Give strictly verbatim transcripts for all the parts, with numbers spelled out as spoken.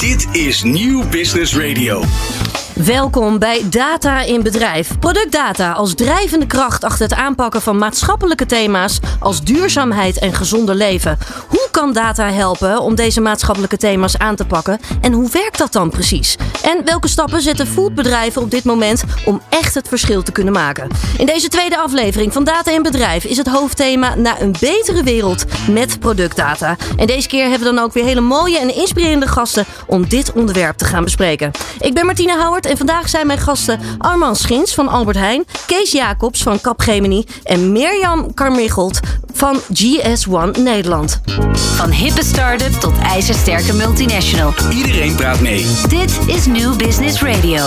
Dit is Nieuw Business Radio. Welkom bij Data in Bedrijf. Productdata als drijvende kracht achter het aanpakken van maatschappelijke thema's als duurzaamheid en gezonder leven. Hoe kan data helpen om deze maatschappelijke thema's aan te pakken? En hoe werkt dat dan precies? En welke stappen zetten foodbedrijven op dit moment om echt het verschil te kunnen maken? In deze tweede aflevering van Data in Bedrijf is het hoofdthema naar een betere wereld met productdata. En deze keer hebben we dan ook weer hele mooie en inspirerende gasten om dit onderwerp te gaan bespreken. Ik ben Martine Houwert en vandaag zijn mijn gasten Armand Schins van Albert Heijn, Kees Jacobs van Capgemini en Mirjam Carmichelt van G S one Nederland. Van hippe start-up tot ijzersterke multinational. Iedereen praat mee. Dit is New Business Radio.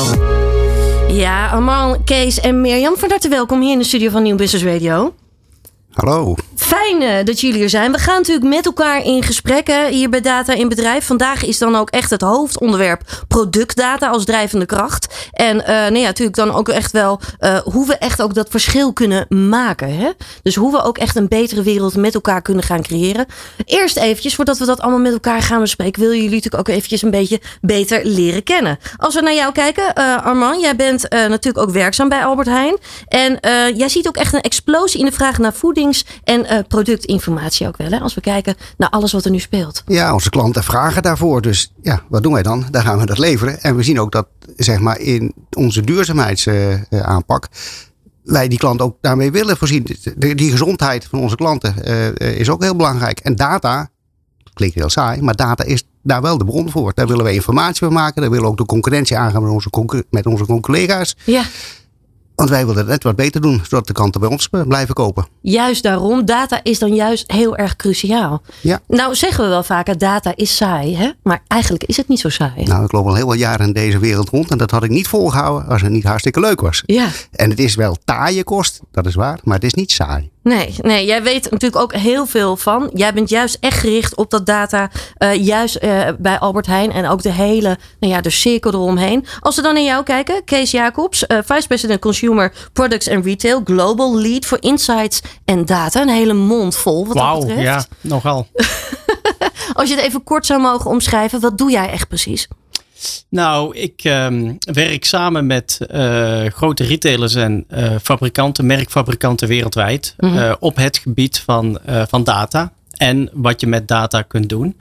Ja, Armand, Kees en Mirjam, van harte welkom hier in de studio van New Business Radio. Hallo. Fijn uh, dat jullie er zijn. We gaan natuurlijk met elkaar in gesprek uh, hier bij Data in Bedrijf. Vandaag is dan ook echt het hoofdonderwerp productdata als drijvende kracht. En uh, nou ja, natuurlijk dan ook echt wel uh, hoe we echt ook dat verschil kunnen maken. Hè? Dus hoe we ook echt een betere wereld met elkaar kunnen gaan creëren. Eerst eventjes, voordat we dat allemaal met elkaar gaan bespreken, wil jullie natuurlijk ook eventjes een beetje beter leren kennen. Als we naar jou kijken, uh, Armand, jij bent uh, natuurlijk ook werkzaam bij Albert Heijn. En uh, jij ziet ook echt een explosie in de vraag naar voedings- en uh, productinformatie ook wel, hè? Als we kijken naar alles wat er nu speelt. Ja, onze klanten vragen daarvoor. Dus ja, wat doen wij dan? Daar gaan we dat leveren. En we zien ook dat, zeg maar, in onze duurzaamheidsaanpak uh, wij die klant ook daarmee willen voorzien. De, die gezondheid van onze klanten uh, is ook heel belangrijk. En data, klinkt heel saai, maar data is daar wel de bron voor. Daar willen we informatie van maken. Daar willen we ook de concurrentie aangaan met onze, concu- met onze collega's. Ja. Want wij willen het net wat beter doen, zodat de klanten bij ons blijven kopen. Juist daarom. Data is dan juist heel erg cruciaal. Ja. Nou zeggen we wel vaker, data is saai. Hè? Maar eigenlijk is het niet zo saai. Nou, ik loop al heel wat jaren in deze wereld rond. En dat had ik niet volgehouden als het niet hartstikke leuk was. Ja. En het is wel taaie kost, dat is waar. Maar het is niet saai. Nee, nee, jij weet natuurlijk ook heel veel van. Jij bent juist echt gericht op dat data. Uh, juist uh, bij Albert Heijn. En ook de hele, nou ja, de cirkel eromheen. Als we dan naar jou kijken. Kees Jacobs, uh, Vice President Consumer Products and Retail. Global Lead for Insights en Data. Een hele mond vol wat Wauw, dat betreft. Ja, nogal. Als je het even kort zou mogen omschrijven. Wat doe jij echt precies? Nou, ik um, werk samen met uh, grote retailers en uh, fabrikanten, merkfabrikanten wereldwijd. Mm-hmm. uh, op het gebied van, uh, van data en wat je met data kunt doen.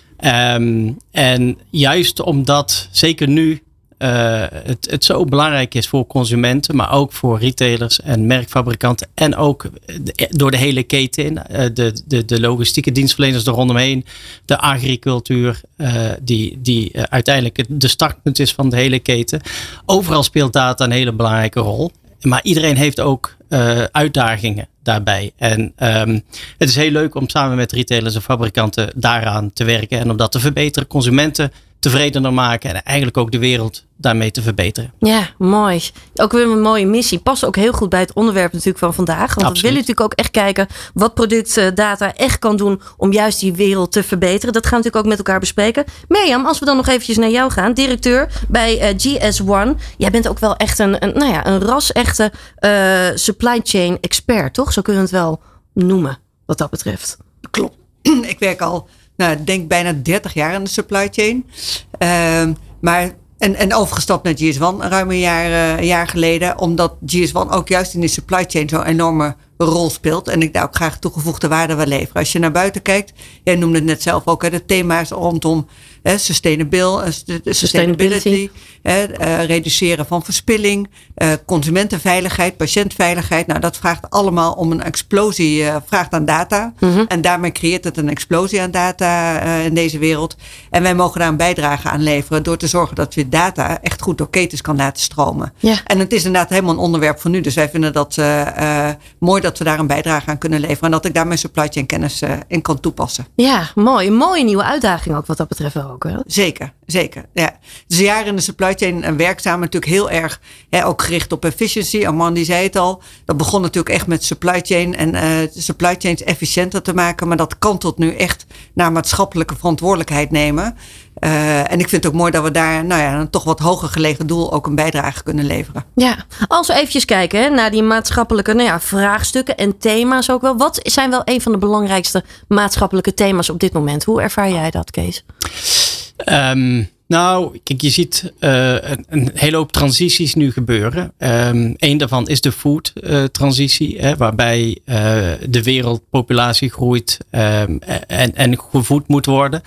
Um, en juist omdat, zeker nu, Uh, het, het zo belangrijk is voor consumenten, maar ook voor retailers en merkfabrikanten. En ook de, door de hele keten in. Uh, de, de, de logistieke dienstverleners er rondomheen. De agricultuur, uh, die, die uh, uiteindelijk de startpunt is van de hele keten. Overal speelt data een hele belangrijke rol. Maar iedereen heeft ook uh, uitdagingen daarbij. En um, het is heel leuk om samen met retailers en fabrikanten daaraan te werken. En om dat te verbeteren. Consumenten tevredener maken en eigenlijk ook de wereld daarmee te verbeteren. Ja, mooi. Ook weer een mooie missie. Past ook heel goed bij het onderwerp natuurlijk van vandaag. Want we willen natuurlijk ook echt kijken wat productdata echt kan doen om juist die wereld te verbeteren. Dat gaan we natuurlijk ook met elkaar bespreken. Mirjam, als we dan nog eventjes naar jou gaan. Directeur bij uh, G S one. Jij bent ook wel echt een, een, nou ja, een ras-echte uh, supply chain expert, toch? Zo kunnen we het wel noemen, wat dat betreft. Klopt. Ik werk al Nou, ik denk bijna dertig jaar in de supply chain. Uh, maar, en, en overgestapt naar G S one ruim een jaar, uh, een jaar geleden. Omdat G S one ook juist in de supply chain zo'n enorme rol speelt. En ik daar ook graag toegevoegde waarde wil leveren. Als je naar buiten kijkt. Jij noemde het net zelf ook. Hè, de thema's rondom hè, sustainable, sustainability. sustainability hè, uh, reduceren van verspilling. Uh, consumentenveiligheid. Patiëntveiligheid. Nou, dat vraagt allemaal om een explosie. Uh, vraagt aan data. Mm-hmm. En daarmee creëert het een explosie aan data uh, in deze wereld. En wij mogen daar een bijdrage aan leveren. Door te zorgen dat we data echt goed door ketens kan laten stromen. Ja. En het is inderdaad helemaal een onderwerp van nu. Dus wij vinden dat uh, uh, mooi dat we daar een bijdrage aan kunnen leveren. En dat ik daar mijn supply chain kennis uh, in kan toepassen. Ja, mooi. Een mooie nieuwe uitdaging ook wat dat betreft ook. Hè? Zeker, zeker. Ja. Dus een jaar in de supply chain werkzaam. Natuurlijk heel erg hè, ook gericht op efficiency. Armand die zei het al. Dat begon natuurlijk echt met supply chain. En uh, supply chains efficiënter te maken. Maar dat kantelt nu echt naar maatschappelijke verantwoordelijkheid nemen. Uh, en ik vind het ook mooi dat we daar nou ja, een toch wat hoger gelegen doel ook een bijdrage kunnen leveren. Ja, als we eventjes kijken hè, naar die maatschappelijke nou ja, vraagstukken en thema's ook wel. Wat zijn wel een van de belangrijkste maatschappelijke thema's op dit moment? Hoe ervaar jij dat, Kees? Um, nou, kijk, je ziet uh, een, een hele hoop transities nu gebeuren. Um, Eén daarvan is de food uh, transitie, hè, waarbij uh, de wereldpopulatie groeit um, en, en gevoed moet worden.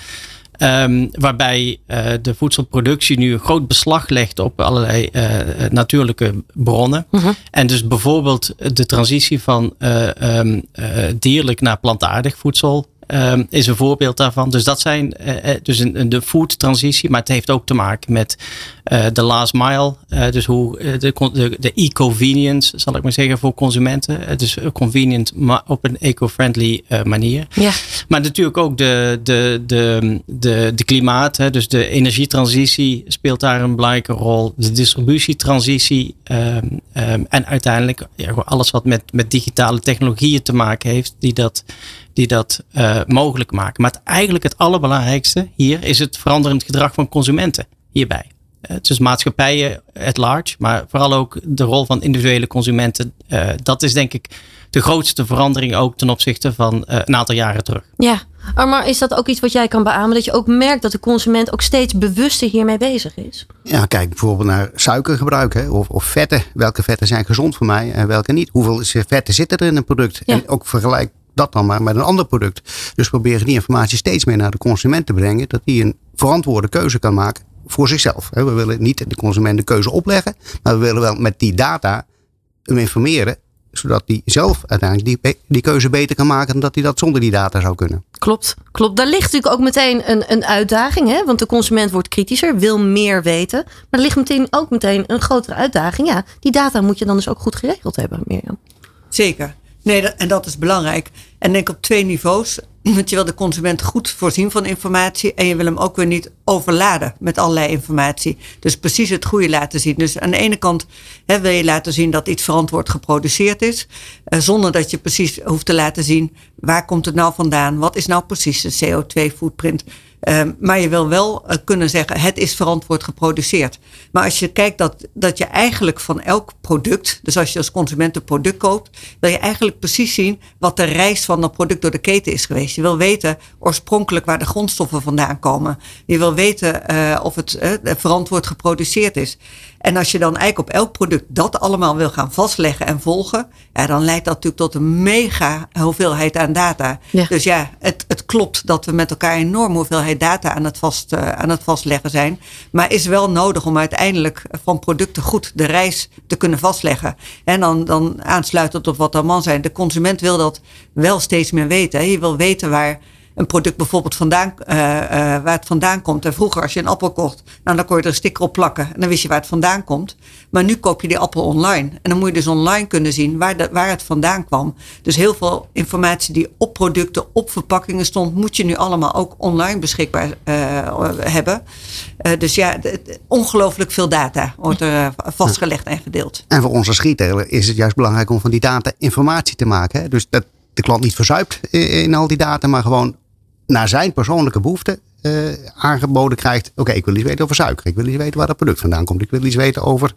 Um, waarbij uh, de voedselproductie nu een groot beslag legt op allerlei uh, natuurlijke bronnen. Mm-hmm. En dus bijvoorbeeld de transitie van uh, um, uh, dierlijk naar plantaardig voedsel Um, is een voorbeeld daarvan. Dus dat zijn uh, dus een, een, de food transitie. Maar het heeft ook te maken met uh, de last mile. Uh, dus hoe uh, de, de, de e-convenience, zal ik maar zeggen, voor consumenten. Uh, dus convenient, maar op een eco-friendly uh, manier. Ja. Maar natuurlijk ook de, de, de, de, de klimaat. Hè, dus de energietransitie speelt daar een belangrijke rol. De distributietransitie. Um, um, en uiteindelijk ja, alles wat met, met digitale technologieën te maken heeft. Die dat... die dat uh, mogelijk maken. Maar het, eigenlijk het allerbelangrijkste hier is het veranderend gedrag van consumenten hierbij. Uh, dus maatschappijen at large, maar vooral ook de rol van individuele consumenten. Uh, dat is denk ik de grootste verandering ook ten opzichte van uh, een aantal jaren terug. Ja, maar is dat ook iets wat jij kan beamen? Dat je ook merkt dat de consument ook steeds bewuster hiermee bezig is? Ja, kijk bijvoorbeeld naar suikergebruik. Hè, of, of vetten. Welke vetten zijn gezond voor mij en welke niet? Hoeveel vetten zitten er in een product? Ja. En ook vergelijk dat dan maar met een ander product. Dus proberen die informatie steeds meer naar de consument te brengen. Dat die een verantwoorde keuze kan maken voor zichzelf. We willen niet de consument de keuze opleggen. Maar we willen wel met die data hem informeren. Zodat hij zelf uiteindelijk die, die keuze beter kan maken dan dat hij dat zonder die data zou kunnen. Klopt, klopt. Daar ligt natuurlijk ook meteen een, een uitdaging. Hè? Want de consument wordt kritischer, wil meer weten. Maar er ligt meteen ook meteen een grotere uitdaging. Ja, die data moet je dan dus ook goed geregeld hebben, Mirjam. Zeker. Nee, dat, en dat is belangrijk. En denk op twee niveaus. Want je wil de consument goed voorzien van informatie. En je wil hem ook weer niet overladen met allerlei informatie. Dus precies het goede laten zien. Dus aan de ene kant hè, wil je laten zien dat iets verantwoord geproduceerd is. Uh, zonder dat je precies hoeft te laten zien waar komt het nou vandaan. Wat is nou precies de C O twee footprint. Um, maar je wil wel uh, kunnen zeggen, het is verantwoord geproduceerd. Maar als je kijkt dat, dat je eigenlijk van elk product, dus als je als consument een product koopt, wil je eigenlijk precies zien wat de reis van dat product door de keten is geweest. Je wil weten oorspronkelijk waar de grondstoffen vandaan komen. Je wil weten uh, of het uh, verantwoord geproduceerd is. En als je dan eigenlijk op elk product dat allemaal wil gaan vastleggen en volgen, ja, dan leidt dat natuurlijk tot een mega hoeveelheid aan data. Ja. Dus ja, het, het klopt dat we met elkaar een enorme hoeveelheid data aan het, vast, uh, aan het vastleggen zijn. Maar is wel nodig om uiteindelijk van producten goed de reis te kunnen vastleggen. En dan, dan aansluitend op wat Armand zei, de consument wil dat wel steeds meer weten. Hè. Je wil weten waar een product bijvoorbeeld vandaan, uh, uh, waar het vandaan komt. En vroeger als je een appel kocht, nou, dan kon je er een sticker op plakken. En dan wist je waar het vandaan komt. Maar nu koop je die appel online. En dan moet je dus online kunnen zien waar, de, waar het vandaan kwam. Dus heel veel informatie die op producten, op verpakkingen stond, moet je nu allemaal ook online beschikbaar uh, hebben. Uh, dus ja, de, de, ongelooflijk veel data wordt er uh, vastgelegd en gedeeld. En voor ons als retailer is het juist belangrijk om van die data informatie te maken. Hè? Dus dat de klant niet verzuipt in, in al die data, maar gewoon naar zijn persoonlijke behoeften uh, aangeboden krijgt. Oké, okay, ik wil iets weten over suiker. Ik wil iets weten waar dat product vandaan komt. Ik wil iets weten over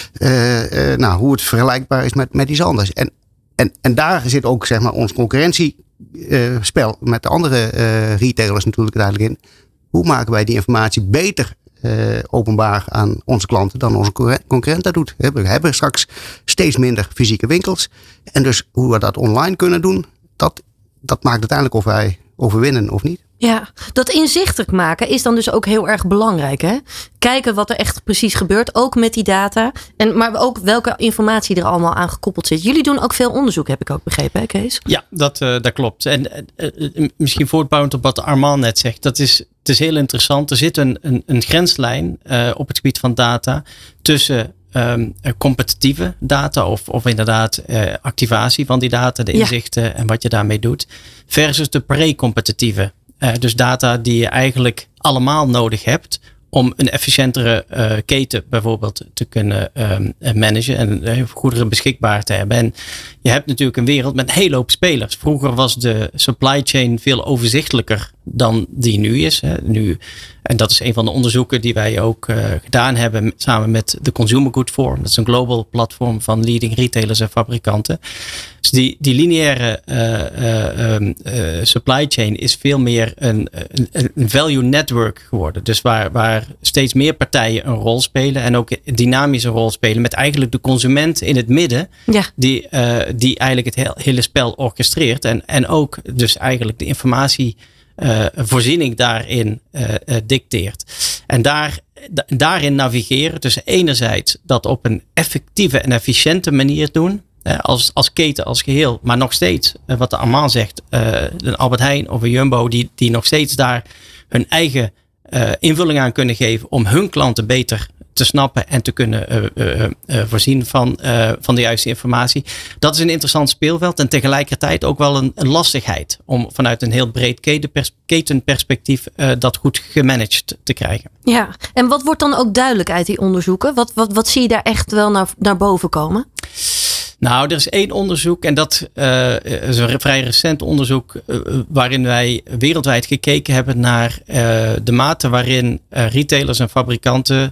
uh, uh, nou, hoe het vergelijkbaar is met, met iets anders. En, en, en daar zit ook zeg maar ons concurrentiespel uh, met de andere uh, retailers natuurlijk uiteindelijk in. Hoe maken wij die informatie beter uh, openbaar aan onze klanten dan onze concurrent dat doet? We hebben straks steeds minder fysieke winkels. En dus hoe we dat online kunnen doen, dat, dat maakt uiteindelijk of wij overwinnen of niet. Ja, dat inzichtelijk maken is dan dus ook heel erg belangrijk. Hè? Kijken wat er echt precies gebeurt, ook met die data. En, maar ook welke informatie er allemaal aan gekoppeld zit. Jullie doen ook veel onderzoek, heb ik ook begrepen, hè Kees? Ja, dat, uh, dat klopt. En uh, misschien voortbouwend op wat Armand net zegt. Dat is, het is heel interessant. Er zit een, een, een grenslijn uh, op het gebied van data tussen Um, competitieve data of, of inderdaad uh, activatie van die data, de inzichten ja. en wat je daarmee doet, versus de pre-competitieve. Uh, dus data die je eigenlijk allemaal nodig hebt om een efficiëntere uh, keten bijvoorbeeld te kunnen um, managen en uh, goederen beschikbaar te hebben. En je hebt natuurlijk een wereld met een hele hoop spelers. Vroeger was de supply chain veel overzichtelijker dan die nu is. Hè. Nu En dat is een van de onderzoeken die wij ook uh, gedaan hebben samen met de Consumer Good Forum. Dat is een global platform van leading retailers en fabrikanten. Dus die, die lineaire uh, uh, uh, supply chain is veel meer een, een, een value network geworden. Dus waar, waar steeds meer partijen een rol spelen en ook een dynamische rol spelen met eigenlijk de consument in het midden. Ja. Die, uh, die eigenlijk het heel, hele spel orchestreert en, en ook dus eigenlijk de informatie Uh, voorziening daarin uh, uh, dicteert. En daar, da, daarin navigeren. Dus enerzijds dat op een effectieve en efficiënte manier doen. Uh, als, als keten, als geheel. Maar nog steeds, uh, wat de Armand zegt. Uh, een Albert Heijn of een Jumbo. Die, die nog steeds daar hun eigen uh, invulling aan kunnen geven. Om hun klanten beter te snappen en te kunnen uh, uh, uh, voorzien van, uh, van de juiste informatie. Dat is een interessant speelveld en tegelijkertijd ook wel een, een lastigheid om vanuit een heel breed ketenpers- ketenperspectief uh, dat goed gemanaged te krijgen. Ja, en wat wordt dan ook duidelijk uit die onderzoeken? Wat, wat, wat zie je daar echt wel naar, naar boven komen? Nou, er is één onderzoek en dat uh, is een vrij recent onderzoek uh, waarin wij wereldwijd gekeken hebben naar uh, de mate waarin uh, retailers en fabrikanten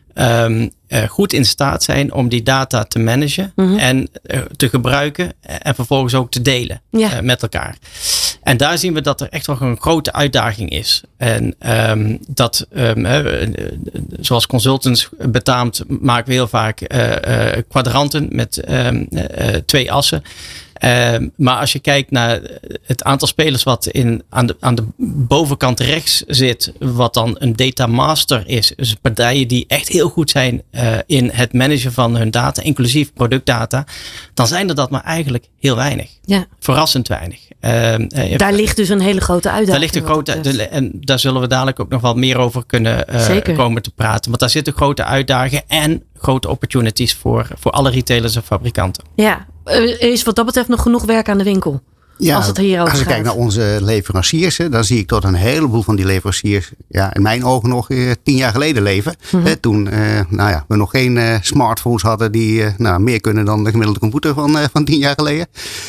Um, uh, goed in staat zijn om die data te managen mm-hmm. en uh, te gebruiken en vervolgens ook te delen ja. uh, met elkaar. En daar zien we dat er echt wel een grote uitdaging is. En um, dat, um, uh, zoals consultants betaamt, maken we heel vaak uh, uh, kwadranten met um, uh, twee assen. Uh, maar als je kijkt naar het aantal spelers wat in, aan, de, aan de bovenkant rechts zit, wat dan een data master is. Dus partijen die echt heel goed zijn uh, in het managen van hun data, inclusief productdata. Dan zijn er dat maar eigenlijk heel weinig. Ja. Verrassend weinig. Uh, uh, daar ligt dus een hele grote uitdaging. Daar ligt een grote, de, en daar zullen we dadelijk ook nog wel meer over kunnen uh, komen te praten. Want daar zitten grote uitdagingen en grote opportunities voor, voor alle retailers en fabrikanten. Ja, er is wat dat betreft nog genoeg werk aan de winkel. Ja, als het hierover als ik gaat. kijk naar onze leveranciers, hè, dan zie ik tot een heleboel van die leveranciers, ja, in mijn ogen nog uh, tien jaar geleden leven. Mm-hmm. Hè, toen uh, nou ja, we nog geen uh, smartphones hadden die uh, nou, meer kunnen dan de gemiddelde computer van, uh, van tien jaar geleden.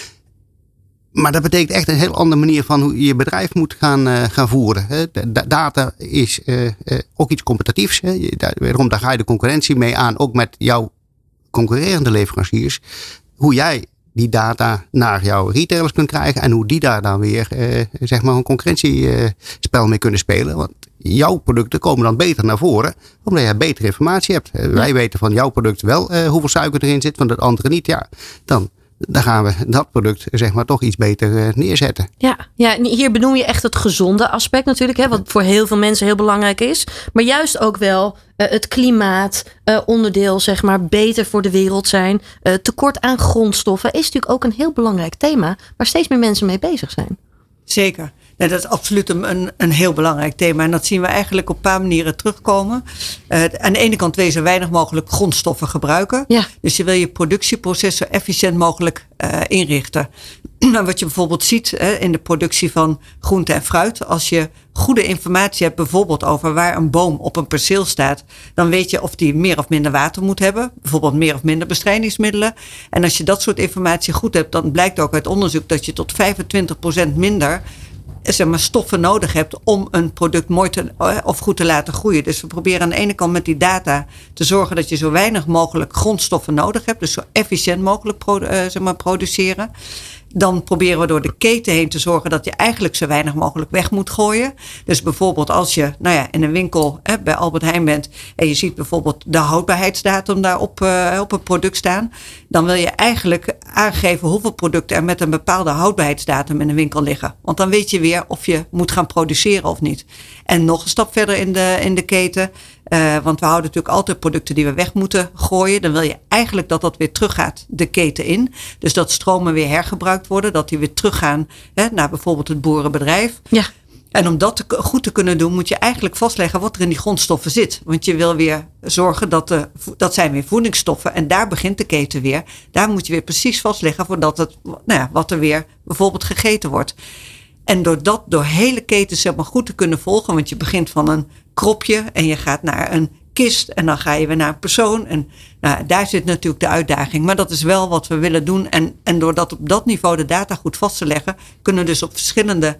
Maar dat betekent echt een heel andere manier van hoe je je bedrijf moet gaan, uh, gaan voeren. Hè. D- data is uh, uh, ook iets competitiefs. Hè. Je, daar, wederom, daar ga je de concurrentie mee aan, ook met jouw concurrerende leveranciers. Hoe jij die data naar jouw retailers kunt krijgen en hoe die daar dan weer uh, zeg maar een concurrentiespel uh, mee kunnen spelen. Want jouw producten komen dan beter naar voren, omdat je betere informatie hebt. Uh, wij weten van jouw product wel uh, hoeveel suiker erin zit, van het andere niet. Ja, dan... Dan gaan we dat product zeg maar toch iets beter neerzetten. Ja, ja, hier benoem je echt het gezonde aspect natuurlijk. Hè, wat voor heel veel mensen heel belangrijk is. Maar juist ook wel uh, het klimaat uh, onderdeel zeg maar beter voor de wereld zijn. Uh, tekort aan grondstoffen is natuurlijk ook een heel belangrijk thema. Waar steeds meer mensen mee bezig zijn. Zeker. Nee, dat is absoluut een, een heel belangrijk thema. En dat zien we eigenlijk op een paar manieren terugkomen. Uh, aan de ene kant wil je zo weinig mogelijk grondstoffen gebruiken. Ja. Dus je wil je productieproces zo efficiënt mogelijk uh, inrichten. Wat je bijvoorbeeld ziet uh, in de productie van groente en fruit. Als je goede informatie hebt bijvoorbeeld over waar een boom op een perceel staat. Dan weet je of die meer of minder water moet hebben. Bijvoorbeeld meer of minder bestrijdingsmiddelen. En als je dat soort informatie goed hebt. Dan blijkt ook uit onderzoek dat je tot vijfentwintig procent minder... zeg maar, stoffen nodig hebt om een product mooi te, of goed te laten groeien. Dus we proberen aan de ene kant met die data te zorgen dat je zo weinig mogelijk grondstoffen nodig hebt. Dus zo efficiënt mogelijk pro, uh, zeg maar, produceren. Dan proberen we door de keten heen te zorgen dat je eigenlijk zo weinig mogelijk weg moet gooien. Dus bijvoorbeeld als je nou ja, in een winkel hè, bij Albert Heijn bent en je ziet bijvoorbeeld de houdbaarheidsdatum daar op, uh, op een product staan. Dan wil je eigenlijk aangeven hoeveel producten er met een bepaalde houdbaarheidsdatum in de winkel liggen. Want dan weet je weer of je moet gaan produceren of niet. En nog een stap verder in de, in de keten. Uh, want we houden natuurlijk altijd producten die we weg moeten gooien. Dan wil je eigenlijk dat dat weer teruggaat de keten in. Dus dat stromen weer hergebruikt worden. Dat die weer teruggaan hè, naar bijvoorbeeld het boerenbedrijf. Ja. En om dat te, goed te kunnen doen moet je eigenlijk vastleggen wat er in die grondstoffen zit. Want je wil weer zorgen dat de, dat zijn weer voedingsstoffen. En daar begint de keten weer. Daar moet je weer precies vastleggen voordat het, nou ja, wat er weer bijvoorbeeld gegeten wordt. En door dat door hele ketens zeg maar goed te kunnen volgen. Want je begint van een kropje en je gaat naar een kist. En dan ga je weer naar een persoon. En nou, daar zit natuurlijk de uitdaging. Maar dat is wel wat we willen doen. En, en door dat op dat niveau de data goed vast te leggen. Kunnen we dus op verschillende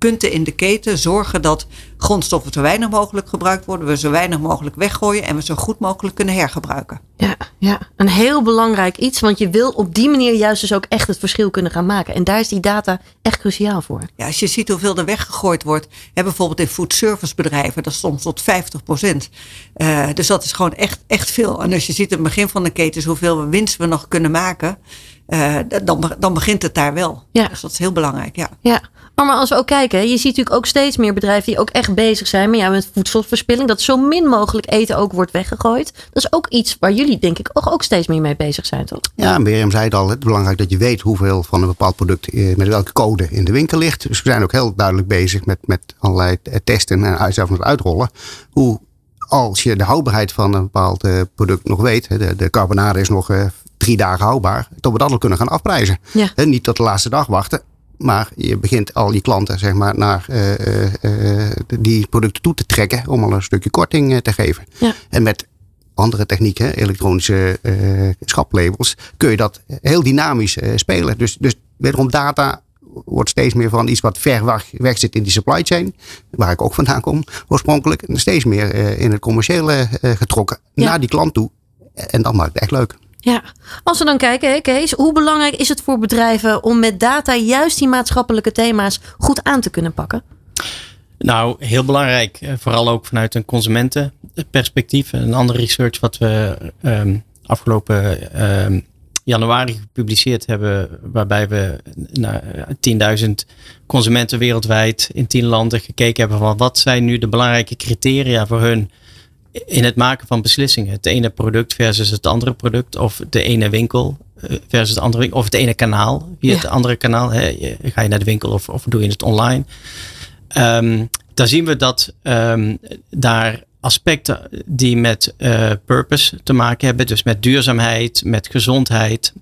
punten in de keten zorgen dat grondstoffen zo weinig mogelijk gebruikt worden. We zo weinig mogelijk weggooien en we zo goed mogelijk kunnen hergebruiken. Ja, ja, een heel belangrijk iets. Want je wil op die manier juist dus ook echt het verschil kunnen gaan maken. En daar is die data echt cruciaal voor. Ja, als je ziet hoeveel er weggegooid wordt. Hè, bijvoorbeeld in foodservicebedrijven. Dat is soms tot vijftig procent. Uh, dus dat is gewoon echt, echt veel. En als je ziet in het begin van de ketens hoeveel winst we nog kunnen maken. Uh, dan, dan begint het daar wel. Ja. Dus dat is heel belangrijk. Ja. Ja. Maar als we ook kijken, je ziet natuurlijk ook steeds meer bedrijven die ook echt bezig zijn met, ja, met voedselverspilling. Dat zo min mogelijk eten ook wordt weggegooid. Dat is ook iets waar jullie denk ik ook, ook steeds meer mee bezig zijn, toch? Ja, Mirjam zei het al. Het is belangrijk dat je weet hoeveel van een bepaald product met welke code in de winkel ligt. Dus we zijn ook heel duidelijk bezig met, met allerlei testen en zelfs met uitrollen. Hoe als je de houdbaarheid van een bepaald product nog weet. De, de carbonade is nog uh, drie dagen houdbaar. Dat we dat al kunnen gaan afprijzen. Ja. He, niet tot de laatste dag wachten. Maar je begint al je klanten zeg maar, naar uh, uh, die producten toe te trekken. Om al een stukje korting uh, te geven. Ja. En met andere technieken, elektronische uh, schaplabels, kun je dat heel dynamisch uh, spelen. Dus, dus wederom data wordt steeds meer van iets wat ver weg, weg zit in die supply chain. Waar ik ook vandaan kom oorspronkelijk. En steeds meer uh, in het commerciële uh, getrokken ja. naar die klant toe. En dat maakt het echt leuk. Ja, als we dan kijken, hè, Kees, hoe belangrijk is het voor bedrijven om met data juist die maatschappelijke thema's goed aan te kunnen pakken? Nou, heel belangrijk. Vooral ook vanuit een consumentenperspectief. Een andere research wat we um, afgelopen um, januari gepubliceerd hebben, waarbij we naar tienduizend consumenten wereldwijd in tien landen gekeken hebben van wat zijn nu de belangrijke criteria voor hun in het maken van beslissingen. Het ene product versus het andere product. Of de ene winkel versus het andere winkel. Of het ene kanaal via ja. het andere kanaal. He, ga je naar de winkel of, of doe je het online. Um, daar zien we dat um, daar aspecten die met uh, purpose te maken hebben. Dus met duurzaamheid, met gezondheid.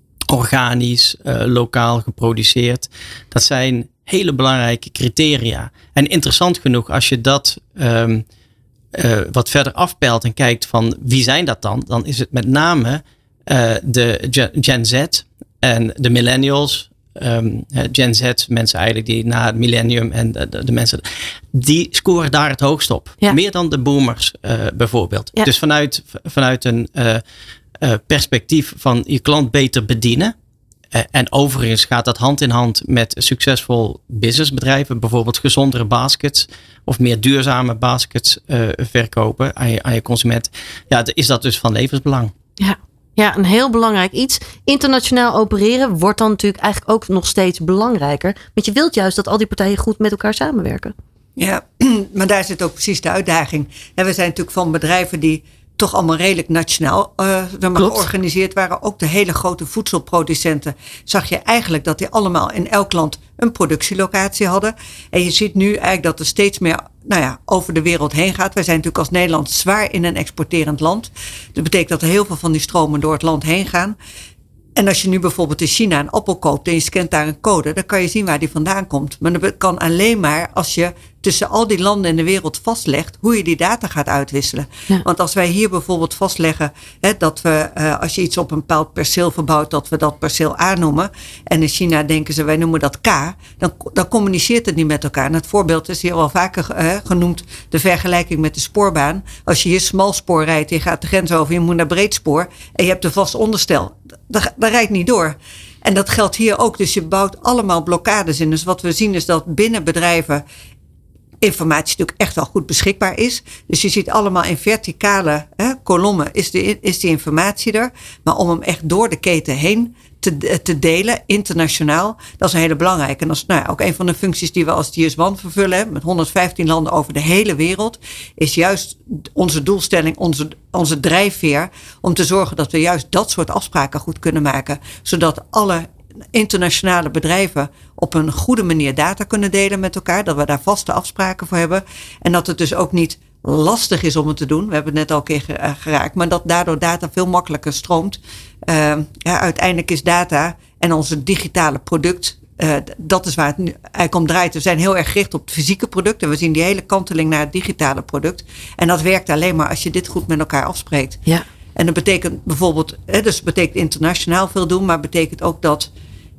Organisch, uh, lokaal geproduceerd. Dat zijn hele belangrijke criteria. En interessant genoeg als je dat Um, Uh, wat verder afpeilt en kijkt van wie zijn dat dan? Dan is het met name uh, de Gen Z en de millennials. Um, Gen Z, mensen eigenlijk die na het millennium en de, de, de mensen, die scoren daar het hoogst op. Ja. Meer dan de boomers uh, bijvoorbeeld. Ja. Dus vanuit, vanuit een uh, uh, perspectief van je klant beter bedienen. Uh, en overigens gaat dat hand in hand met succesvol businessbedrijven. Bijvoorbeeld gezondere baskets of meer duurzame baskets uh, verkopen aan je, aan je consument. Ja, is dat dus van levensbelang. Ja. Ja, een heel belangrijk iets. Internationaal opereren wordt dan natuurlijk eigenlijk ook nog steeds belangrijker. Want je wilt juist dat al die partijen goed met elkaar samenwerken. Ja, maar daar zit ook precies de uitdaging. En we zijn natuurlijk van bedrijven die toch allemaal redelijk nationaal uh, georganiseerd waren. Ook de hele grote voedselproducenten zag je eigenlijk dat die allemaal in elk land een productielocatie hadden. En je ziet nu eigenlijk dat er steeds meer nou ja, over de wereld heen gaat. Wij zijn natuurlijk als Nederland zwaar in een exporterend land. Dat betekent dat er heel veel van die stromen door het land heen gaan. En als je nu bijvoorbeeld in China een appel koopt en je scant daar een code, dan kan je zien waar die vandaan komt. Maar dat kan alleen maar als je tussen al die landen in de wereld vastlegt hoe je die data gaat uitwisselen. Ja. Want als wij hier bijvoorbeeld vastleggen hè, dat we, uh, als je iets op een bepaald perceel verbouwt, dat we dat perceel A noemen. En in China denken ze, wij noemen dat K. Dan, dan communiceert het niet met elkaar. En het voorbeeld is hier wel vaker uh, genoemd, de vergelijking met de spoorbaan. Als je hier smalspoor rijdt, je gaat de grens over, je moet naar breedspoor en je hebt een vast onderstel. Dat, dat rijdt niet door. En dat geldt hier ook. Dus je bouwt allemaal blokkades in. Dus wat we zien is dat binnen bedrijven informatie natuurlijk echt wel goed beschikbaar is. Dus je ziet allemaal in verticale hè, kolommen is, de, is die informatie er. Maar om hem echt door de keten heen te, te delen, internationaal, dat is een hele belangrijke. En dat is nou ja, ook een van de functies die we als G S one vervullen. Hè, met honderdvijftien landen over de hele wereld. Is juist onze doelstelling, onze, onze drijfveer. Om te zorgen dat we juist dat soort afspraken goed kunnen maken. Zodat alle internationale bedrijven op een goede manier data kunnen delen met elkaar. Dat we daar vaste afspraken voor hebben. En dat het dus ook niet lastig is om het te doen. We hebben het net al een keer geraakt. Maar dat daardoor data veel makkelijker stroomt. Uh, ja, uiteindelijk is data en onze digitale product, Uh, dat is waar het nu eigenlijk om draait. We zijn heel erg gericht op het fysieke product. En we zien die hele kanteling naar het digitale product. En dat werkt alleen maar als je dit goed met elkaar afspreekt. Ja. En dat betekent bijvoorbeeld, hè, dus betekent internationaal veel doen. Maar betekent ook dat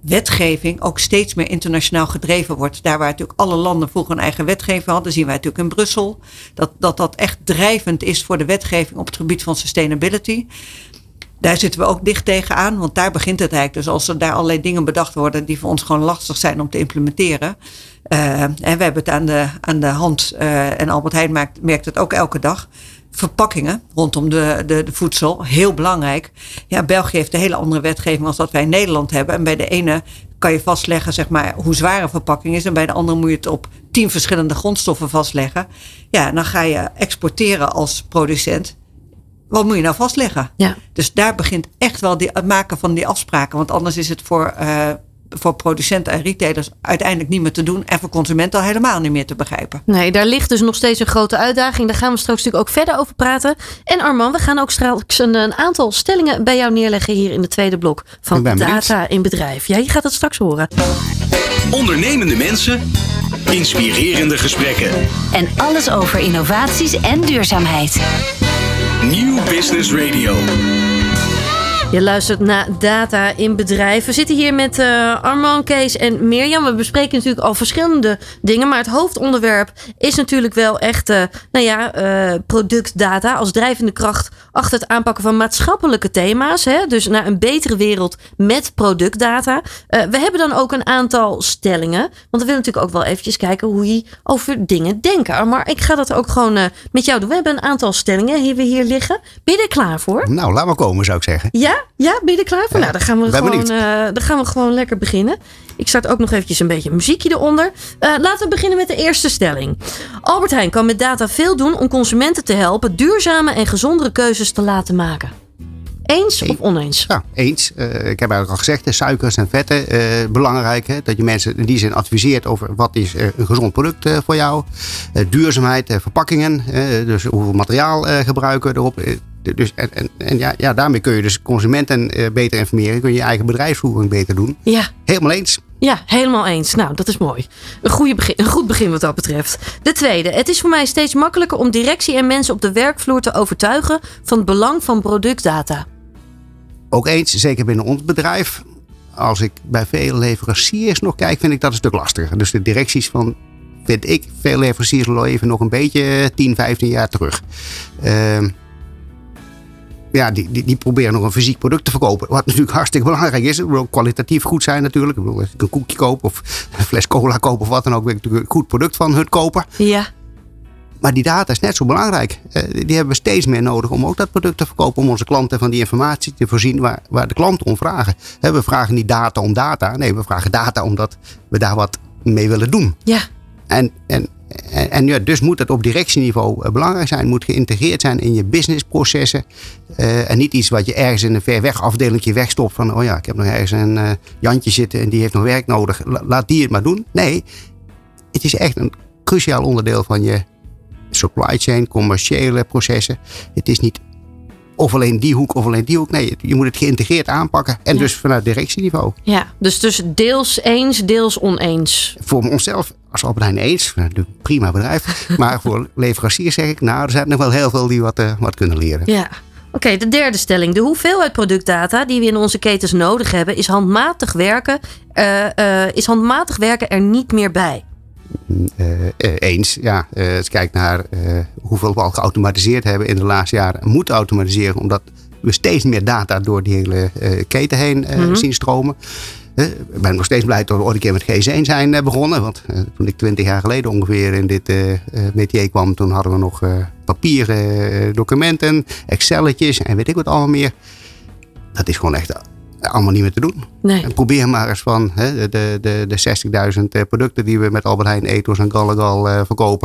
wetgeving ook steeds meer internationaal gedreven wordt. Daar waar natuurlijk alle landen vroeger een eigen wetgeving hadden, zien wij natuurlijk in Brussel. Dat dat, dat echt drijvend is voor de wetgeving op het gebied van sustainability. Daar zitten we ook dicht tegenaan, want daar begint het eigenlijk. Dus als er daar allerlei dingen bedacht worden die voor ons gewoon lastig zijn om te implementeren. Uh, en we hebben het aan de, aan de hand. Uh, en Albert Heijn maakt, merkt het ook elke dag. Verpakkingen rondom de, de, de voedsel, heel belangrijk. Ja, België heeft een hele andere wetgeving als dat wij in Nederland hebben. En bij de ene kan je vastleggen, zeg maar, hoe zwaar een verpakking is. En bij de andere moet je het op tien verschillende grondstoffen vastleggen. Ja, en dan ga je exporteren als producent. Wat moet je nou vastleggen? Ja. Dus daar begint echt wel die, het maken van die afspraken. Want anders is het voor, uh, voor producenten en retailers uiteindelijk niet meer te doen. En voor consumenten al helemaal niet meer te begrijpen. Nee, daar ligt dus nog steeds een grote uitdaging. Daar gaan we straks natuurlijk ook verder over praten. En Armand, we gaan ook straks een, een aantal stellingen bij jou neerleggen hier in het tweede blok van Data in Bedrijf. Ja, je gaat het straks horen. Ondernemende mensen, inspirerende gesprekken. En alles over innovaties en duurzaamheid. Nieuw Business Radio. Je luistert naar Data in Bedrijf. We zitten hier met uh, Armand, Kees en Mirjam. We bespreken natuurlijk al verschillende dingen. Maar het hoofdonderwerp is natuurlijk wel echt uh, nou ja, uh, productdata als drijvende kracht achter het aanpakken van maatschappelijke thema's. Hè? Dus naar een betere wereld met productdata. Uh, we hebben dan ook een aantal stellingen. Want we willen natuurlijk ook wel eventjes kijken hoe je over dingen denken. Maar ik ga dat ook gewoon uh, met jou doen. We hebben een aantal stellingen die we hier liggen. Ben je er klaar voor? Nou, laat maar komen, zou ik zeggen. Ja? Ja, ben je er klaar voor? Ja, nou, dan gaan, we gewoon, uh, dan gaan we gewoon lekker beginnen. Ik start ook nog eventjes een beetje muziekje eronder. Uh, laten we beginnen met de eerste stelling. Albert Heijn kan met data veel doen om consumenten te helpen duurzame en gezondere keuzes te laten maken. Eens of oneens? Ja, eens. Uh, ik heb eigenlijk al gezegd, de suikers en vetten. Uh, belangrijk, hè, dat je mensen in die zin adviseert over wat is uh, een gezond product uh, voor jou. Uh, duurzaamheid, uh, verpakkingen. Uh, dus hoeveel materiaal uh, gebruiken we erop. Uh, Dus, en en, en ja, ja, daarmee kun je dus consumenten uh, beter informeren. Kun je je eigen bedrijfsvoering beter doen. Ja. Helemaal eens. Ja, helemaal eens. Nou, dat is mooi. Een, goede begin, een goed begin wat dat betreft. De tweede. Het is voor mij steeds makkelijker om directie en mensen op de werkvloer te overtuigen van het belang van productdata. Ook eens, zeker binnen ons bedrijf. Als ik bij veel leveranciers nog kijk, vind ik dat een stuk lastiger. Dus de directies van, vind ik, veel leveranciers leven nog een beetje tien, vijftien jaar terug. Uh, Ja, die, die, die proberen nog een fysiek product te verkopen. Wat natuurlijk hartstikke belangrijk is. Het moet ook kwalitatief goed zijn natuurlijk. Ik bedoel, als ik een koekje koop of een fles cola koop of wat dan ook. Wil ik natuurlijk een goed product van hun kopen. Ja. Maar die data is net zo belangrijk. Uh, die hebben we steeds meer nodig om ook dat product te verkopen. Om onze klanten van die informatie te voorzien waar, waar de klanten om vragen. Uh, we vragen niet data om data. Nee, we vragen data omdat we daar wat mee willen doen. Ja. En, en, en, en ja, dus moet het op directieniveau uh, belangrijk zijn. Het moet geïntegreerd zijn in je businessprocessen. Uh, en niet iets wat je ergens in een ver weg afdelingje wegstopt. Van, oh ja, ik heb nog ergens een uh, Jantje zitten en die heeft nog werk nodig. La, laat die het maar doen. Nee, het is echt een cruciaal onderdeel van je supply chain, commerciële processen. Het is niet of alleen die hoek of alleen die hoek. Nee, je moet het geïntegreerd aanpakken. En ja. Dus vanuit directieniveau. Ja, dus, dus deels eens, deels oneens. Voor onszelf als Albert Heijn eens. Een prima bedrijf. Maar voor leveranciers zeg ik, nou, er zijn nog wel heel veel die wat, uh, wat kunnen leren. Ja. Oké, okay, de derde stelling. De hoeveelheid productdata die we in onze ketens nodig hebben, is handmatig werken, uh, uh, is handmatig werken er niet meer bij. Uh, uh, eens, ja. Uh, als je kijkt naar uh, hoeveel we al geautomatiseerd hebben in de laatste jaren, moeten automatiseren, omdat we steeds meer data door die hele uh, keten heen uh, mm-hmm. zien stromen. Uh, ik ben nog steeds blij dat we ooit een keer met G S één zijn uh, begonnen. Want uh, toen ik twintig jaar geleden ongeveer in dit uh, uh, métier kwam, toen hadden we nog uh, papieren uh, documenten, Excelletjes en weet ik wat allemaal meer. Dat is gewoon echt uh, allemaal niet meer te doen. Nee. En probeer maar eens van hè, de, de, de zestigduizend uh, producten die we met Albert Heijn, Ethos en Gallagher uh, verkopen.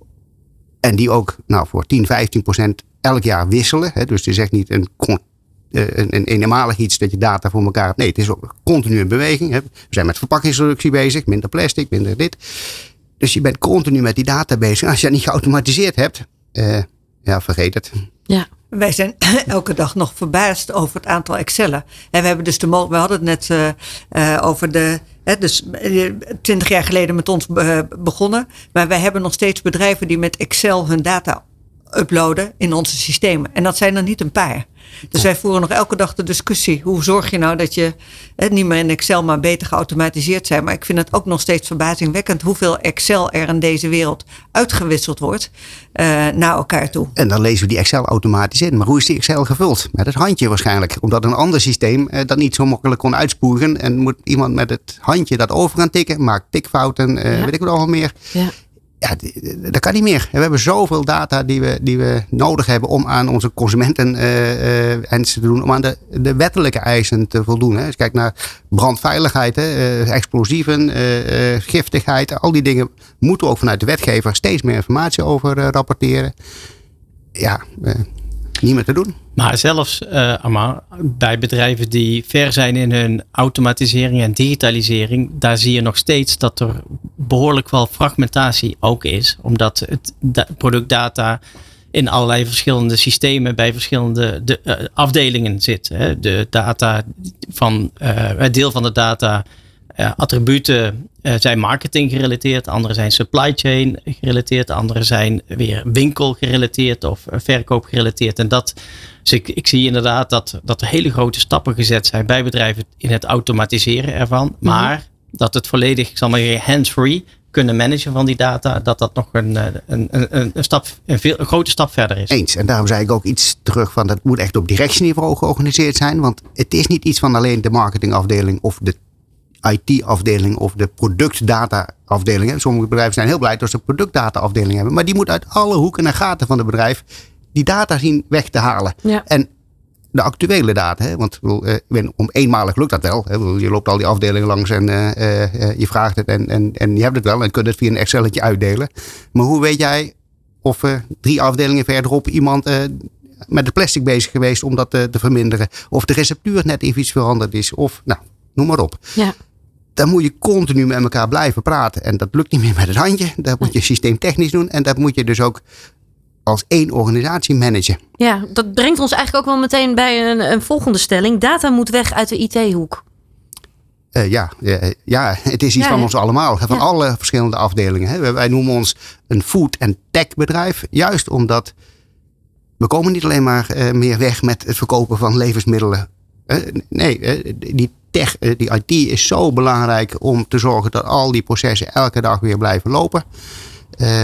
En die ook nou, voor tien, vijftien procent elk jaar wisselen. Hè, dus het is echt niet een, een, een eenmalig iets dat je data voor elkaar hebt. Nee, het is ook continu in beweging. Hè. We zijn met verpakkingsreductie bezig. Minder plastic, minder dit. Dus je bent continu met die data bezig. Als je dat niet geautomatiseerd hebt, uh, ja, vergeet het. Ja. Wij zijn elke dag nog verbaasd over het aantal Excellen. En we hebben dus de mo- we hadden het net uh, uh, over de. Hè, dus twintig jaar geleden met ons uh, begonnen. Maar wij hebben nog steeds bedrijven die met Excel hun data uploaden in onze systemen. En dat zijn er niet een paar. Dus wij voeren nog elke dag de discussie. Hoe zorg je nou dat je eh, niet meer in Excel, maar beter geautomatiseerd zijn. Maar ik vind het ook nog steeds verbazingwekkend hoeveel Excel er in deze wereld uitgewisseld wordt uh, naar elkaar toe. En dan lezen we die Excel automatisch in. Maar hoe is die Excel gevuld? Met het handje waarschijnlijk. Omdat een ander systeem eh, dat niet zo makkelijk kon uitspoegen. En moet iemand met het handje dat over gaan tikken. Maakt tikfouten, uh, ja. weet ik wat al meer. Ja. Ja, dat kan niet meer. We hebben zoveel data die we, die we nodig hebben om aan onze consumenten uh, uh, te doen, om aan de, de wettelijke eisen te voldoen. Hè. Als je kijkt naar brandveiligheid, hè, uh, explosieven, uh, uh, giftigheid, al die dingen moeten we ook vanuit de wetgever steeds meer informatie over uh, rapporteren. Ja, uh, niet meer te doen. Maar zelfs, uh, Amar, bij bedrijven die ver zijn in hun automatisering en digitalisering, daar zie je nog steeds dat er behoorlijk wel fragmentatie ook is. Omdat het da- productdata in allerlei verschillende systemen bij verschillende de, uh, afdelingen zit. Hè. De data van, uh, het deel van de data uh, attributen uh, zijn marketing gerelateerd, andere zijn supply chain gerelateerd, andere zijn weer winkel gerelateerd of uh, verkoop gerelateerd. En dat, dus ik, ik zie inderdaad dat, dat er hele grote stappen gezet zijn bij bedrijven in het automatiseren ervan. Mm-hmm. Maar dat het volledig, ik zal maar zeggen, hands-free kunnen managen van die data, dat dat nog een, een, een, een, stap, een, veel, een grote stap verder is. Eens. En daarom zei ik ook iets terug van dat moet echt op directieniveau georganiseerd zijn. Want het is niet iets van alleen de marketingafdeling of de I T-afdeling of de productdata-afdeling. Sommige bedrijven zijn heel blij dat ze een productdata-afdeling hebben. Maar die moet uit alle hoeken en gaten van het bedrijf die data zien weg te halen. Ja. En de actuele data, hè, want uh, om eenmalig lukt dat wel. Hè, je loopt al die afdelingen langs en uh, uh, je vraagt het en, en, en je hebt het wel en kunt het via een Excelletje uitdelen. Maar hoe weet jij of uh, drie afdelingen verderop iemand uh, met de plastic bezig geweest om dat uh, te verminderen? Of de receptuur net even iets veranderd is? Of nou, noem maar op. Ja. Dan moet je continu met elkaar blijven praten. En dat lukt niet meer met het handje. Dat moet je systeemtechnisch doen. En dat moet je dus ook als één organisatie managen. Ja, dat brengt ons eigenlijk ook wel meteen bij een, een volgende stelling. Data moet weg uit de I T-hoek. Uh, ja, uh, ja, het is iets ja, van ja. ons allemaal. Van ja. alle verschillende afdelingen. Hè. Wij noemen ons een food- en tech-bedrijf. Juist omdat we komen niet alleen maar uh, meer weg met het verkopen van levensmiddelen. Uh, nee, uh, die tech, uh, die I T is zo belangrijk om te zorgen dat al die processen elke dag weer blijven lopen. Uh,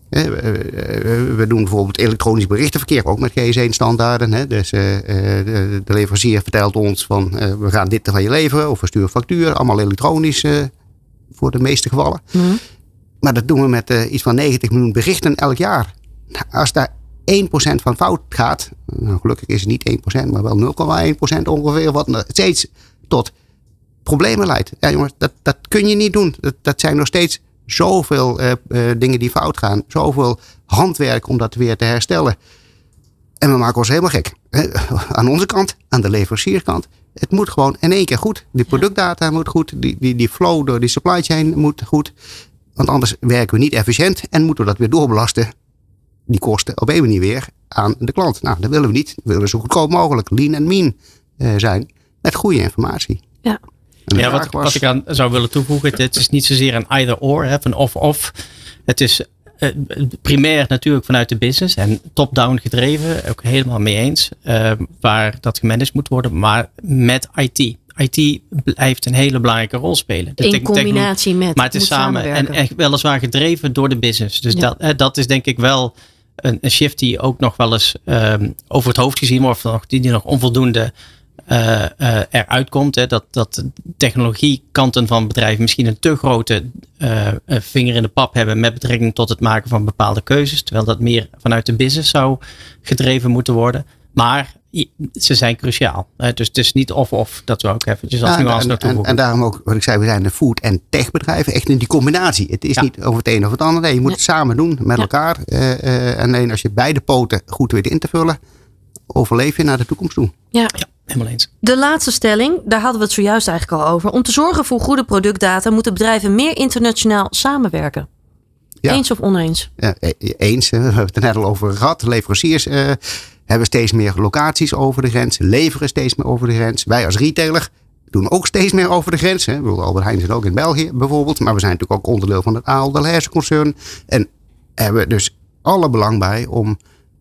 We doen bijvoorbeeld elektronisch berichtenverkeer ook met G S één-standaarden. Dus uh, de leverancier vertelt ons van uh, we gaan dit van je leveren of we sturen factuur. Allemaal elektronisch uh, voor de meeste gevallen. Mm-hmm. Maar dat doen we met uh, iets van negentig miljoen berichten elk jaar. Nou, als daar één procent van fout gaat, nou, gelukkig is het niet één procent, maar wel nul komma één procent ongeveer, wat steeds tot problemen leidt. Ja, jongens, dat, dat kun je niet doen. Dat, dat zijn nog steeds zoveel uh, uh, dingen die fout gaan. Zoveel handwerk om dat weer te herstellen. En we maken ons helemaal gek. Aan onze kant, aan de leverancierskant. Het moet gewoon in één keer goed. Die productdata moet goed. Die, die, die flow door die supply chain moet goed. Want anders werken we niet efficiënt. En moeten we dat weer doorbelasten. Die kosten op een manier weer aan de klant. Nou, dat willen we niet. We willen zo goedkoop mogelijk lean en mean uh, zijn. Met goede informatie. Ja. Ja, wat, wat ik aan zou willen toevoegen, het is niet zozeer een either-or, hè, van of-of. Het is uh, primair natuurlijk vanuit de business en top-down gedreven, ook helemaal mee eens, uh, waar dat gemanaged moet worden, maar met I T. I T blijft een hele belangrijke rol spelen. De In te- combinatie met. Maar het is samen en echt weliswaar gedreven door de business. Dus ja. dat, uh, dat is denk ik wel een, een shift die ook nog wel eens um, over het hoofd gezien wordt, of die, die nog onvoldoende Uh, uh, eruit komt. Hè, dat, dat technologiekanten van bedrijven misschien een te grote uh, vinger in de pap hebben met betrekking tot het maken van bepaalde keuzes. Terwijl dat meer vanuit de business zou gedreven moeten worden. Maar ze zijn cruciaal. Hè, dus het is niet of-of dat we ook eventjes als ja, nuance naartoe voegen. En, en daarom ook, wat ik zei, we zijn de food- en techbedrijven. Echt in die combinatie. Het is ja. niet over het een of het ander. Nee, je moet ja. het samen doen met ja. elkaar. Uh, uh, en alleen als je beide poten goed weet in te vullen, overleef je naar de toekomst toe. Ja. ja. Helemaal eens. De laatste stelling, daar hadden we het zojuist eigenlijk al over. Om te zorgen voor goede productdata moeten bedrijven meer internationaal samenwerken. Ja. Eens of oneens? Ja, eens. We hebben het er net al over gehad. Leveranciers uh, hebben steeds meer locaties over de grens. Leveren steeds meer over de grens. Wij als retailer doen ook steeds meer over de grens. Hè. Albert Heijn zit ook in België bijvoorbeeld. Maar we zijn natuurlijk ook onderdeel van het Ahold Delhaize concern. En hebben dus alle belang bij om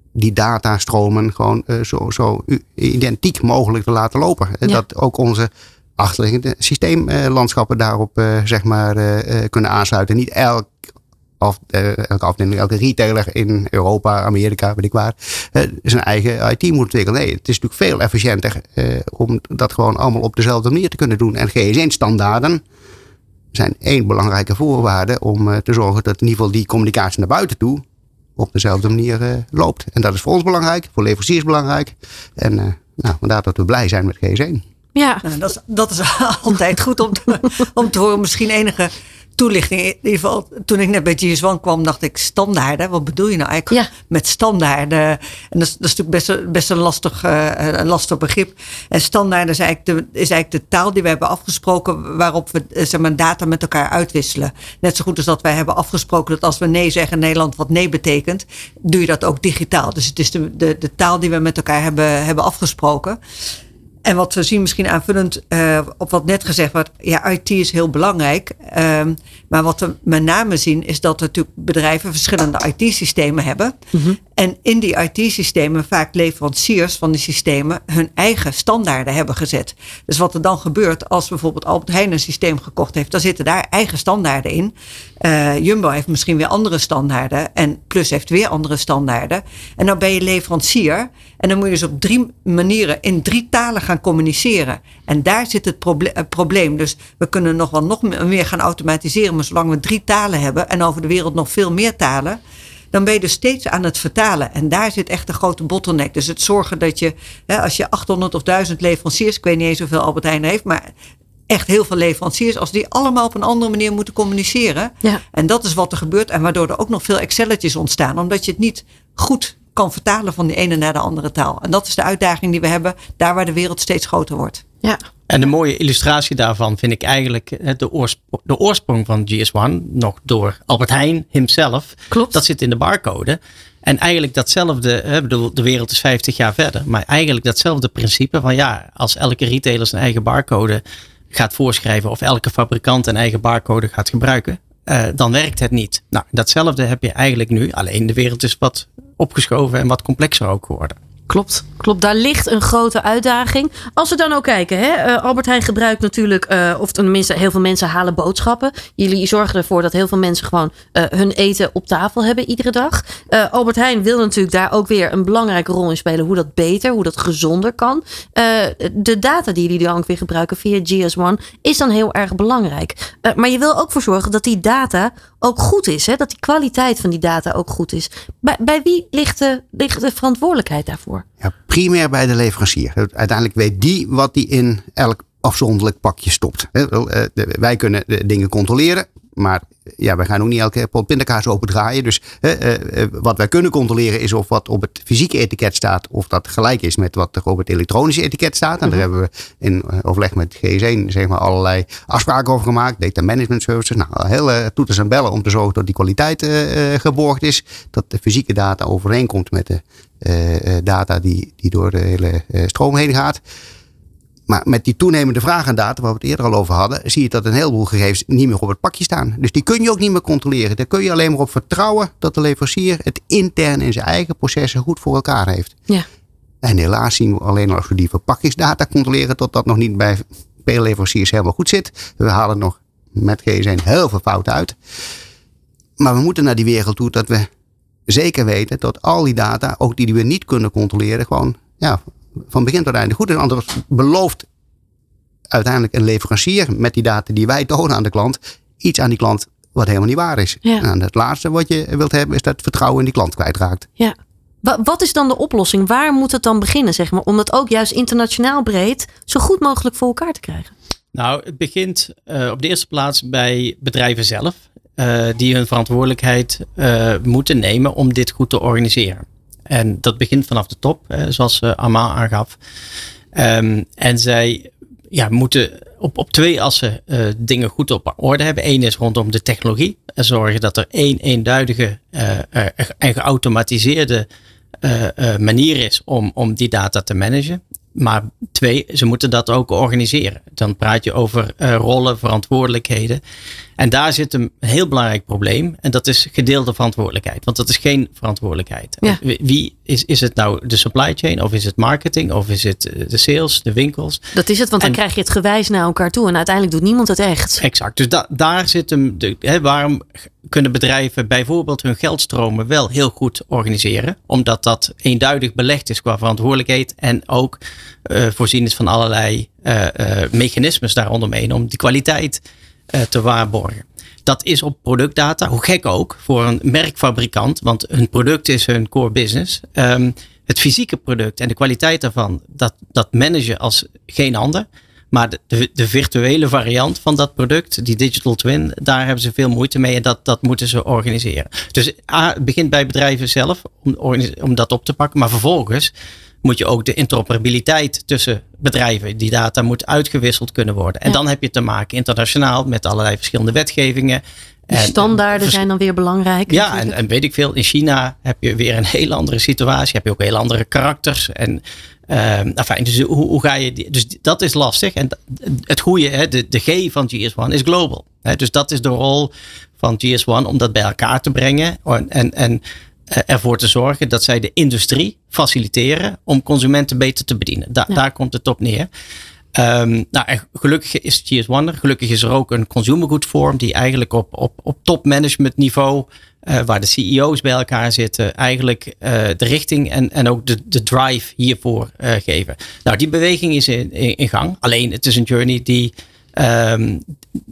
die datastromen gewoon uh, zo, zo identiek mogelijk te laten lopen. Ja. Dat ook onze achterliggende systeemlandschappen uh, daarop uh, zeg maar, uh, kunnen aansluiten. Niet elk Of uh, elke afdeling, elke retailer in Europa, Amerika, weet ik waar, uh, zijn eigen I T moet ontwikkelen. Nee, het is natuurlijk veel efficiënter uh, om dat gewoon allemaal op dezelfde manier te kunnen doen. En G S één-standaarden zijn één belangrijke voorwaarde om uh, te zorgen dat in ieder geval die communicatie naar buiten toe op dezelfde manier uh, loopt. En dat is voor ons belangrijk, voor leveranciers belangrijk. En uh, nou, vandaar dat we blij zijn met G S één. Ja, nou, dat, is, dat is altijd goed om te, om te horen. Misschien enige toelichting. In ieder geval, toen ik net bij G S één kwam, dacht ik standaarden. Wat bedoel je nou eigenlijk ja. met standaarden? En dat is, dat is natuurlijk best, een, best een, lastig, uh, een lastig begrip. En standaarden is eigenlijk, de, is eigenlijk de taal die we hebben afgesproken waarop we uh, zeg maar, data met elkaar uitwisselen. Net zo goed als dat wij hebben afgesproken dat als we nee zeggen in Nederland wat nee betekent, doe je dat ook digitaal. Dus het is de, de, de taal die we met elkaar hebben, hebben afgesproken. En wat we zien misschien aanvullend uh, op wat net gezegd wordt. Ja, I T is heel belangrijk. Um, maar wat we met name zien is dat natuurlijk bedrijven verschillende I T-systemen hebben. Mm-hmm. En in die I T-systemen vaak leveranciers van die systemen hun eigen standaarden hebben gezet. Dus wat er dan gebeurt als bijvoorbeeld Albert Heijn een systeem gekocht heeft. Dan zitten daar eigen standaarden in. Uh, Jumbo heeft misschien weer andere standaarden. En Plus heeft weer andere standaarden. En dan ben je leverancier. En dan moet je dus op drie manieren in drie talen gaan communiceren. En daar zit het proble- uh, probleem. Dus we kunnen nog wel nog meer gaan automatiseren. Maar zolang we drie talen hebben en over de wereld nog veel meer talen, dan ben je dus steeds aan het vertalen. En daar zit echt de grote bottleneck. Dus het zorgen dat je, hè, als je achthonderd of duizend leveranciers, ik weet niet eens hoeveel Albert Heijn heeft, maar echt heel veel leveranciers, als die allemaal op een andere manier moeten communiceren. Ja. En dat is wat er gebeurt. En waardoor er ook nog veel Excelletjes ontstaan. Omdat je het niet goed kan vertalen van de ene naar de andere taal. En dat is de uitdaging die we hebben, daar waar de wereld steeds groter wordt. Ja. En de mooie illustratie daarvan vind ik eigenlijk de, oorsprong, de oorsprong van G S één, nog door Albert Heijn himself. Klopt. Dat zit in de barcode. En eigenlijk datzelfde, ik bedoel, de wereld is vijftig jaar verder, maar eigenlijk datzelfde principe van ja, als elke retailer zijn eigen barcode gaat voorschrijven of elke fabrikant een eigen barcode gaat gebruiken, uh, dan werkt het niet. Nou, datzelfde heb je eigenlijk nu, alleen de wereld is wat opgeschoven en wat complexer ook geworden. Klopt, klopt. Daar ligt een grote uitdaging. Als we dan ook kijken, hè, uh, Albert Heijn gebruikt natuurlijk, uh, of tenminste heel veel mensen halen boodschappen. Jullie zorgen ervoor dat heel veel mensen gewoon uh, hun eten op tafel hebben iedere dag. Uh, Albert Heijn wil natuurlijk daar ook weer een belangrijke rol in spelen. Hoe dat beter, hoe dat gezonder kan. Uh, de data die jullie dan ook weer gebruiken via G S één is dan heel erg belangrijk. Uh, maar je wil ook voor zorgen dat die data ook goed is. Hè? Dat die kwaliteit van die data ook goed is. Bij, bij wie ligt de, ligt de verantwoordelijkheid daarvoor? Ja, primair bij de leverancier. Uiteindelijk weet die wat die in elk afzonderlijk pakje stopt. Wij kunnen de dingen controleren. Maar ja, wij gaan ook niet elke pot pindakaas opendraaien. Dus eh, eh, wat wij kunnen controleren is of wat op het fysieke etiket staat, of dat gelijk is met wat er op het elektronische etiket staat. En mm-hmm. daar hebben we in overleg met G S één zeg maar, allerlei afspraken over gemaakt. Data management services. Nou, hele toeters en bellen om te zorgen dat die kwaliteit uh, geborgd is. Dat de fysieke data overeenkomt met de uh, data die, die door de hele uh, stroom heen gaat. Maar met die toenemende vraag aan data, waar we het eerder al over hadden, zie je dat een heleboel gegevens niet meer op het pakje staan. Dus die kun je ook niet meer controleren. Daar kun je alleen maar op vertrouwen dat de leverancier het intern in zijn eigen processen goed voor elkaar heeft. Ja. En helaas zien we alleen als we die verpakkingsdata controleren, dat dat nog niet bij veel leveranciers helemaal goed zit. We halen nog met G S één heel veel fouten uit. Maar we moeten naar die wereld toe dat we zeker weten dat al die data, ook die, die we niet kunnen controleren, gewoon ja, van begin tot einde goed is. Anders belooft uiteindelijk een leverancier met die data die wij tonen aan de klant iets aan die klant wat helemaal niet waar is. Ja. En het laatste wat je wilt hebben is dat het vertrouwen in die klant kwijtraakt. Ja. Wat is dan de oplossing? Waar moet het dan beginnen, zeg maar, om het ook juist internationaal breed zo goed mogelijk voor elkaar te krijgen? Nou, het begint uh, op de eerste plaats bij bedrijven zelf, uh, die hun verantwoordelijkheid uh, moeten nemen om dit goed te organiseren. En dat begint vanaf de top, uh, zoals uh, Armand aangaf. Um, en zij ja, moeten op, op twee assen uh, dingen goed op orde hebben. Eén is rondom de technologie. En zorgen dat er één eenduidige uh, uh, en geautomatiseerde uh, uh, manier is om, om die data te managen. Maar twee, ze moeten dat ook organiseren. Dan praat je over uh, rollen, verantwoordelijkheden. En daar zit een heel belangrijk probleem. En dat is gedeelde verantwoordelijkheid. Want dat is geen verantwoordelijkheid. Ja. Wie is, is het nou de supply chain of is het marketing of is het de sales, de winkels? Dat is het, want dan en, krijg je het gewijs naar elkaar toe en uiteindelijk doet niemand het echt. Exact, dus da, daar zit hem, de, hè, waarom kunnen bedrijven bijvoorbeeld hun geldstromen wel heel goed organiseren? Omdat dat eenduidig belegd is qua verantwoordelijkheid en ook uh, voorzien is van allerlei uh, uh, mechanismes daaronderheen om die kwaliteit uh, te waarborgen. Dat is op productdata, hoe gek ook, voor een merkfabrikant, want hun product is hun core business. Um, het fysieke product en de kwaliteit daarvan, dat, dat managen als geen ander. Maar de, de, de virtuele variant van dat product, die digital twin, daar hebben ze veel moeite mee en dat, dat moeten ze organiseren. Dus A, het begint bij bedrijven zelf om, om dat op te pakken, maar vervolgens moet je ook de interoperabiliteit tussen bedrijven, die data moet uitgewisseld kunnen worden. En ja. dan heb je te maken internationaal met allerlei verschillende wetgevingen. De standaarden en, zijn dan weer belangrijk. Ja, en, en weet ik veel. In China heb je weer een heel andere situatie. Heb je ook heel andere karakters. En uh, enfin, dus hoe, hoe ga je die, dus dat is lastig. En het goede, hè, de, de G van G S one is global. Hè, dus dat is de rol van G S one om dat bij elkaar te brengen. En, en, en ervoor te zorgen dat zij de industrie faciliteren om consumenten beter te bedienen. Da- ja. Daar komt het op neer. Um, nou, gelukkig is G S one er. Gelukkig is er ook een consumer good forum die eigenlijk op, op, op top management niveau, uh, waar de C E O's bij elkaar zitten, eigenlijk uh, de richting en, en ook de, de drive hiervoor uh, geven. Nou, die beweging is in, in, in gang. Alleen het is een journey die um,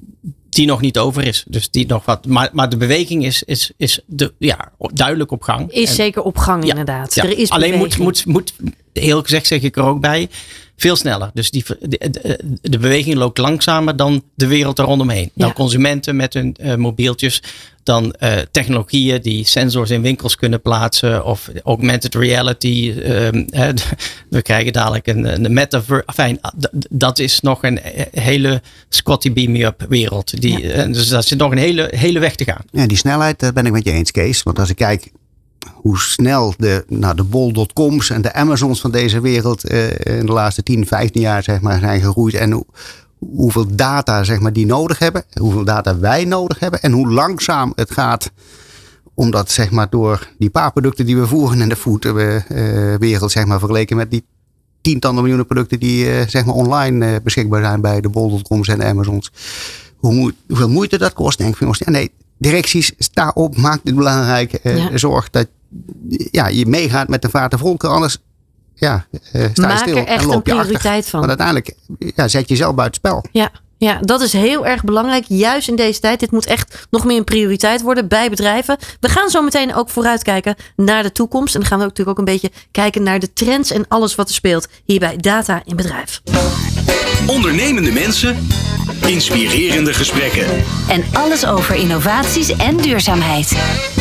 die nog niet over is. Dus die nog wat. Maar, maar de beweging is, is, is de, ja, duidelijk op gang. Is en, zeker op gang, ja, inderdaad. Ja. Er is Alleen beweging. moet, moet, moet, heel gezegd zeg ik er ook bij, veel sneller. Dus die, de, de, de beweging loopt langzamer dan de wereld er rondomheen. Ja. Dan consumenten met hun uh, mobieltjes. Dan uh, technologieën die sensors in winkels kunnen plaatsen. Of augmented reality. Um, hè, we krijgen dadelijk een, een metaverse. Enfin, d- dat is nog een hele Scotty Beam Me Up wereld. Die, ja. uh, dus dat zit nog een hele, hele weg te gaan. Ja, die snelheid, daar ben ik met je eens, Kees. Want als ik kijk hoe snel de, nou, de bol punt coms en de Amazons van deze wereld uh, in de laatste tien, vijftien jaar zeg maar, zijn gegroeid. En hoe, hoeveel data zeg maar, die nodig hebben. Hoeveel data wij nodig hebben. En hoe langzaam het gaat. Omdat zeg maar, door die paar producten die we voeren in de foodwereld uh, zeg maar, vergeleken met die tientallen miljoenen producten die uh, zeg maar, online uh, beschikbaar zijn bij de bol punt coms en de Amazons. Hoe, hoeveel moeite dat kost, denk ik. Jongens. Nee, directies, sta op, maak dit belangrijk. Uh, ja. Zorg dat ja, je meegaat met de vaart de volken. Anders ja, uh, sta Maak je stil er echt en loop een je prioriteit achter. van. Want uiteindelijk ja, zet je jezelf buiten spel. Ja. Ja, dat is heel erg belangrijk. Juist in deze tijd. Dit moet echt nog meer een prioriteit worden bij bedrijven. We gaan zo meteen ook vooruitkijken naar de toekomst. En dan gaan we ook natuurlijk ook een beetje kijken naar de trends en alles wat er speelt hier bij Data in Bedrijf. Ondernemende mensen, inspirerende gesprekken. En alles over innovaties en duurzaamheid.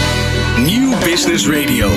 Nieuw Business Radio.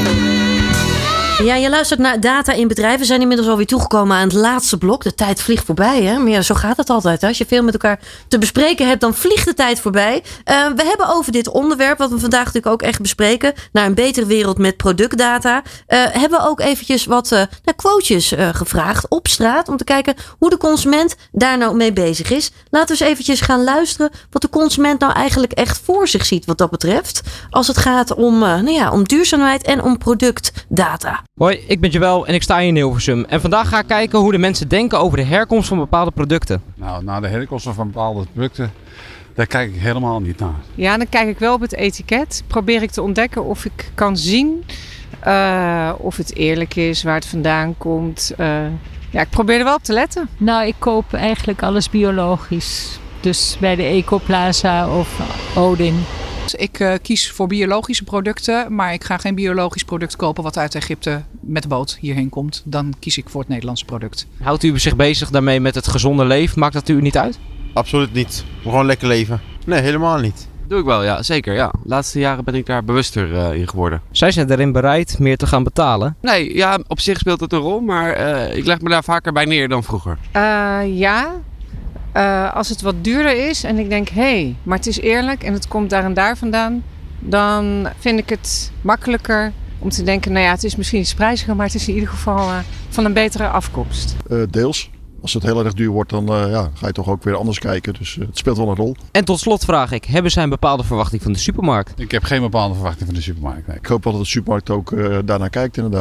Ja, je luistert naar Data in Bedrijf. We zijn inmiddels alweer toegekomen aan het laatste blok. De tijd vliegt voorbij, hè? Maar ja, zo gaat het altijd. Hè? Als je veel met elkaar te bespreken hebt, dan vliegt de tijd voorbij. Uh, we hebben over dit onderwerp, wat we vandaag natuurlijk ook echt bespreken, naar een betere wereld met productdata, uh, hebben we ook eventjes wat uh, naar quotejes uh, gevraagd op straat, om te kijken hoe de consument daar nou mee bezig is. Laten we eens eventjes gaan luisteren wat de consument nou eigenlijk echt voor zich ziet wat dat betreft. Als het gaat om, uh, nou ja, om duurzaamheid en om productdata. Hoi, ik ben Joël en ik sta hier in Hilversum. En vandaag ga ik kijken hoe de mensen denken over de herkomst van bepaalde producten. Nou, naar de herkomst van bepaalde producten, daar kijk ik helemaal niet naar. Ja, dan kijk ik wel op het etiket. Probeer ik te ontdekken of ik kan zien uh, of het eerlijk is, waar het vandaan komt. Uh, ja, ik probeer er wel op te letten. Nou, ik koop eigenlijk alles biologisch. Dus bij de Ecoplaza of Odin. Ik uh, kies voor biologische producten, maar ik ga geen biologisch product kopen wat uit Egypte met de boot hierheen komt. Dan kies ik voor het Nederlandse product. Houdt u zich bezig daarmee met het gezonde leven? Maakt dat u niet uit? Absoluut niet. Gewoon lekker leven. Nee, helemaal niet. Doe ik wel, ja, zeker. Ja. De laatste jaren ben ik daar bewuster uh, in geworden. Zijn ze erin bereid meer te gaan betalen? Nee, ja, op zich speelt het een rol, maar uh, ik leg me daar vaker bij neer dan vroeger. Uh, ja. Uh, als het wat duurder is en ik denk, hé, hey, maar het is eerlijk en het komt daar en daar vandaan, dan vind ik het makkelijker om te denken, nou ja, het is misschien iets prijziger, maar het is in ieder geval uh, van een betere afkomst. Uh, deels. Als het heel erg duur wordt, dan uh, ja, ga je toch ook weer anders kijken. Dus uh, het speelt wel een rol. En tot slot vraag ik, hebben zij een bepaalde verwachting van de supermarkt? Ik heb geen bepaalde verwachting van de supermarkt. Nee. Ik hoop wel dat de supermarkt ook uh, daarnaar kijkt inderdaad.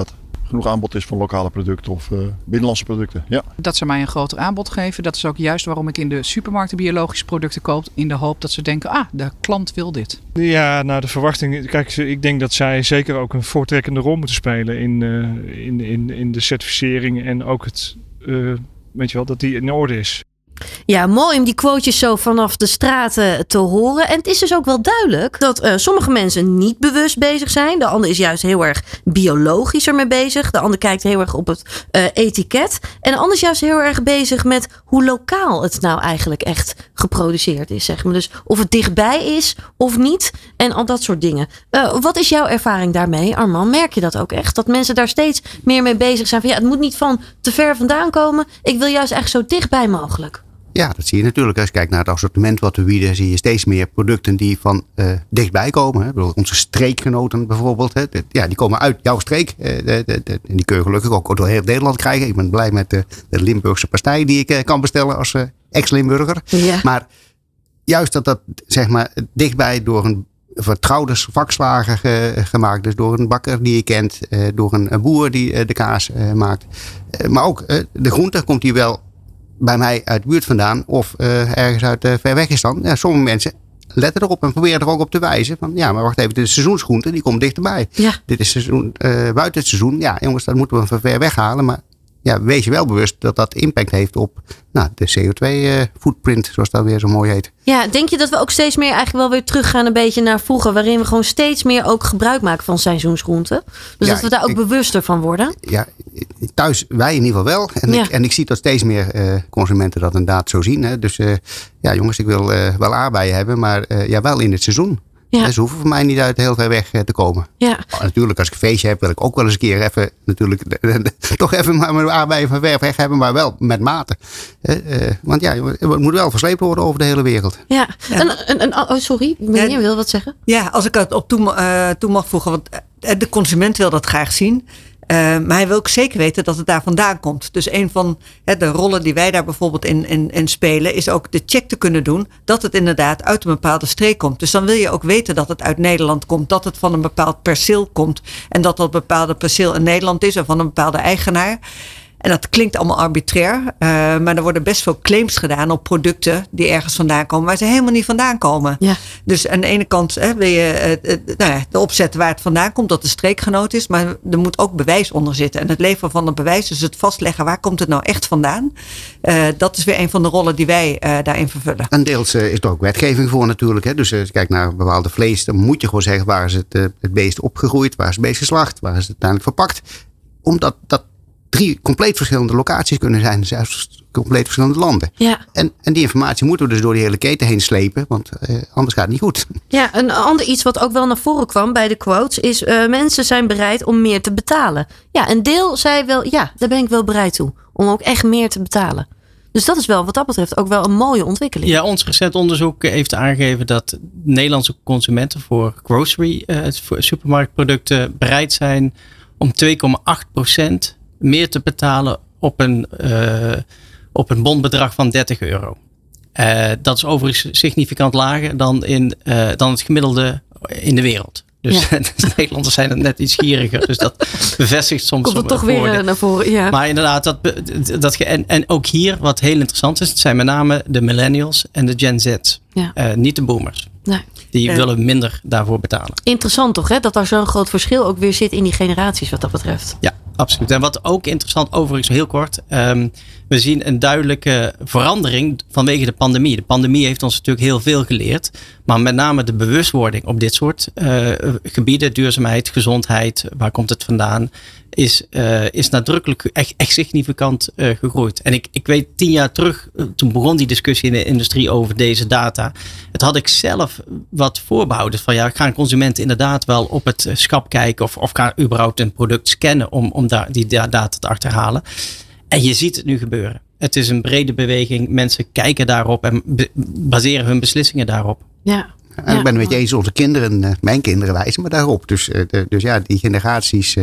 genoeg aanbod is van lokale producten of uh, binnenlandse producten. Ja. Dat ze mij een groter aanbod geven. Dat is ook juist waarom ik in de supermarkten biologische producten koop. In de hoop dat ze denken, ah, de klant wil dit. Ja, nou de verwachting. Kijk, ik denk dat zij zeker ook een voortrekkende rol moeten spelen in, uh, in, in, in de certificering. En ook het, uh, weet je wel, dat die in orde is. Ja, mooi om die quotejes zo vanaf de straten te horen. En het is dus ook wel duidelijk dat uh, sommige mensen niet bewust bezig zijn. De ander is juist heel erg biologisch ermee bezig. De ander kijkt heel erg op het uh, etiket. En de ander is juist heel erg bezig met hoe lokaal het nou eigenlijk echt geproduceerd is. Zeg maar. Dus of het dichtbij is of niet. En al dat soort dingen. Uh, wat is jouw ervaring daarmee, Armand? Merk je dat ook echt? Dat mensen daar steeds meer mee bezig zijn. Van ja, het moet niet van te ver vandaan komen. Ik wil juist echt zo dichtbij mogelijk. Ja, dat zie je natuurlijk. Als je kijkt naar het assortiment wat we bieden, zie je steeds meer producten die van uh, dichtbij komen. Hè. Onze streekgenoten bijvoorbeeld, hè. Ja, die komen uit jouw streek. Uh, de, de, de, en die kun je gelukkig ook door heel Nederland krijgen. Ik ben blij met de, de Limburgse pastei die ik uh, kan bestellen als uh, ex-Limburger. Ja. Maar juist dat dat zeg maar dichtbij door een vertrouwde vakslager ge, gemaakt is, door een bakker die je kent, uh, door een, een boer die uh, de kaas uh, maakt. Uh, maar ook uh, de groente komt hier wel bij mij uit de buurt vandaan of uh, ergens uit uh, ver weg is dan. Ja, sommige mensen letten erop en proberen er ook op te wijzen. Van, ja, maar wacht even, dit is seizoensgroente, die komt dichterbij. Ja. Dit is seizoen, uh, buiten het seizoen. Ja, jongens, dat moeten we van ver weghalen. Maar ja, wees je wel bewust dat dat impact heeft op nou, de C O twee footprint, zoals dat weer zo mooi heet. Ja, denk je dat we ook steeds meer eigenlijk wel weer teruggaan een beetje naar vroeger, waarin we gewoon steeds meer ook gebruik maken van seizoensgroenten? Dus ja, dat we daar ook ik, bewuster van worden? Ja, thuis wij in ieder geval wel. En, ja. ik, en ik zie dat steeds meer uh, consumenten dat inderdaad zo zien. Hè. Dus uh, ja, jongens, ik wil uh, wel aardbeien hebben, maar uh, ja, wel in het seizoen. Ja. Ze hoeven voor mij niet uit heel ver weg te komen. Ja. Oh, natuurlijk, als ik een feestje heb, wil ik ook wel eens een keer even, natuurlijk, toch even maar mijn aardbeien van ver weg hebben, maar wel met mate. Uh, uh, want ja, het moet wel versleept worden over de hele wereld. Ja, ja. En, en, en, oh, sorry, meneer ja, wil wat zeggen? Ja, als ik het op toe, uh, toe mag voegen, want de consument wil dat graag zien. Uh, maar hij wil ook zeker weten dat het daar vandaan komt. Dus een van hè, de rollen die wij daar bijvoorbeeld in, in, in spelen, is ook de check te kunnen doen dat het inderdaad uit een bepaalde streek komt. Dus dan wil je ook weten dat het uit Nederland komt, dat het van een bepaald perceel komt en dat dat bepaalde perceel in Nederland is of van een bepaalde eigenaar. En dat klinkt allemaal arbitrair, uh, maar er worden best veel claims gedaan op producten die ergens vandaan komen, waar ze helemaal niet vandaan komen. Ja. Dus aan de ene kant hè, wil je uh, uh, nou ja, de opzet waar het vandaan komt, dat de streekgenoot is, maar er moet ook bewijs onder zitten. En het leveren van het bewijs, dus het vastleggen waar komt het nou echt vandaan, uh, dat is weer een van de rollen die wij uh, daarin vervullen. En deels uh, is er ook wetgeving voor natuurlijk. Hè? Dus uh, als je kijkt naar bepaalde vlees, dan moet je gewoon zeggen waar is het, uh, het beest opgegroeid, waar is het beest geslacht, waar is het uiteindelijk verpakt. Omdat dat drie compleet verschillende locaties kunnen zijn, zelfs compleet verschillende landen. Ja. En, en die informatie moeten we dus door die hele keten heen slepen, want uh, anders gaat het niet goed. Ja, een ander iets wat ook wel naar voren kwam bij de quotes is uh, mensen zijn bereid om meer te betalen. Ja, een deel zei wel, ja, daar ben ik wel bereid toe, om ook echt meer te betalen. Dus dat is wel wat dat betreft ook wel een mooie ontwikkeling. Ja, ons recent onderzoek heeft aangegeven dat Nederlandse consumenten voor grocery, uh, voor supermarktproducten bereid zijn om twee komma acht procent meer te betalen op een, uh, op een bondbedrag van dertig euro. Uh, dat is overigens significant lager dan, in, uh, dan het gemiddelde in de wereld. Dus ja. de Nederlanders zijn er net iets gieriger. Dus dat bevestigt soms. Komt het toch weer de, naar voren. Ja. Maar inderdaad, dat, dat, en, en ook hier wat heel interessant is, het zijn met name de millennials en de Gen Z. Ja. Uh, niet de boomers. Nee. Die uh, willen minder daarvoor betalen. Interessant toch, hè? Dat daar zo'n groot verschil ook weer zit in die generaties wat dat betreft. Ja, absoluut. En wat ook interessant, overigens heel kort. Um, we zien een duidelijke verandering vanwege de pandemie. De pandemie heeft ons natuurlijk heel veel geleerd. Maar met name de bewustwording op dit soort uh, gebieden. Duurzaamheid, gezondheid, waar komt het vandaan? Is, uh, is nadrukkelijk echt, echt significant uh, gegroeid. En ik, ik weet tien jaar terug, uh, toen begon die discussie in de industrie over deze data. Het had ik zelf wat voorbehouden van ja, gaan consumenten inderdaad wel op het uh, schap kijken of, of gaan überhaupt een product scannen om, om daar, die data te achterhalen. En je ziet het nu gebeuren. Het is een brede beweging. Mensen kijken daarop en be- baseren hun beslissingen daarop. Ja. En ik ben het met je eens, onze kinderen, mijn kinderen wijzen maar daarop. Dus, dus ja, die generaties uh,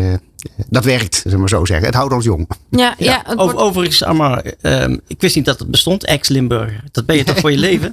dat werkt, zullen we maar zo zeggen. Het houdt ons jong. Ja, ja, ja, het over, wordt... Overigens, Amar, um, ik wist niet dat het bestond, ex-Limburger. Dat ben je toch voor je leven?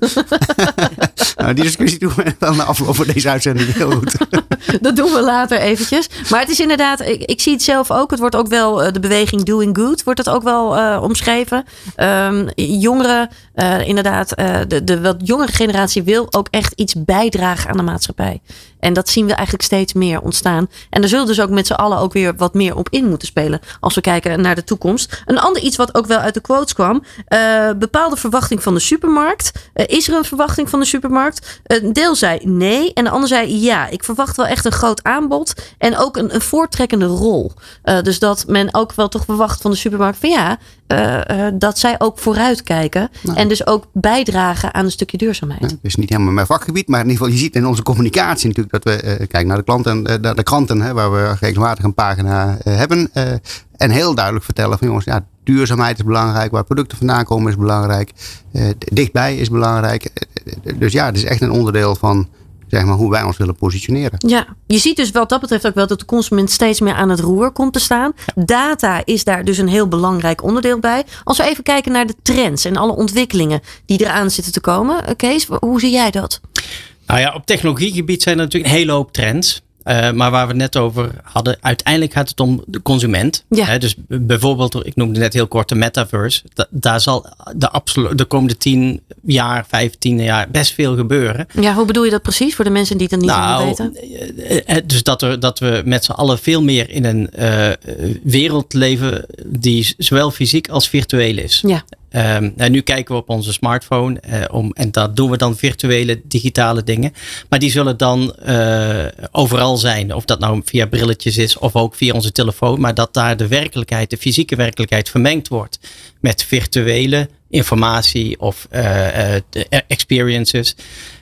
Nou, die discussie doen we dan na afloop van deze uitzending heel goed. Dat doen we later eventjes. Maar het is inderdaad, ik, ik zie het zelf ook. Het wordt ook wel, uh, de beweging Doing Good wordt het ook wel uh, omschreven. Um, jongeren, uh, inderdaad, uh, de, de wat jongere generatie wil ook echt iets bijdragen aan de maatschappij. En dat zien we eigenlijk steeds meer ontstaan. En daar zullen dus ook met z'n allen ook weer wat meer op in moeten spelen. Als we kijken naar de toekomst. Een ander iets wat ook wel uit de quotes kwam. Uh, bepaalde verwachting van de supermarkt. Uh, is er een verwachting van de supermarkt? Een deel zei nee. En de ander zei ja. Ik verwacht wel echt een groot aanbod. En ook een, een voortrekkende rol. Uh, dus dat men ook wel toch verwacht van de supermarkt. Van ja, uh, uh, dat zij ook vooruitkijken. Nou. En dus ook bijdragen aan een stukje duurzaamheid. Ja, dat is niet helemaal mijn vakgebied. Maar in ieder geval, je ziet in onze communicatie natuurlijk dat we uh, kijken naar de klanten, uh, naar de kranten, hè, waar we regelmatig een pagina uh, hebben. Uh, en heel duidelijk vertellen van jongens, ja, duurzaamheid is belangrijk. Waar producten vandaan komen is belangrijk. Uh, dichtbij is belangrijk. Uh, dus ja, het is echt een onderdeel van, zeg maar, hoe wij ons willen positioneren. Ja, je ziet dus wat dat betreft ook wel dat de consument steeds meer aan het roer komt te staan. Data is daar dus een heel belangrijk onderdeel bij. Als we even kijken naar de trends en alle ontwikkelingen die eraan zitten te komen. Kees, hoe zie jij dat? Nou ja, op technologiegebied zijn er natuurlijk een hele hoop trends. Uh, maar waar we het net over hadden, uiteindelijk gaat het om de consument. Ja. Hè, dus bijvoorbeeld, ik noemde net heel kort de metaverse. Da, daar zal de, absolu- de komende tien jaar, vijftien jaar best veel gebeuren. Ja, hoe bedoel je dat precies voor de mensen die dat niet nou, weten? Uh, dus dat, er, dat we met z'n allen veel meer in een uh, wereld leven die zowel fysiek als virtueel is. Ja. Um, en nu kijken we op onze smartphone uh, om, en daar doen we dan virtuele digitale dingen. Maar die zullen dan uh, overal zijn. Of dat nou via brilletjes is of ook via onze telefoon. Maar dat daar de werkelijkheid, de fysieke werkelijkheid vermengd wordt met virtuele informatie of uh, uh, experiences.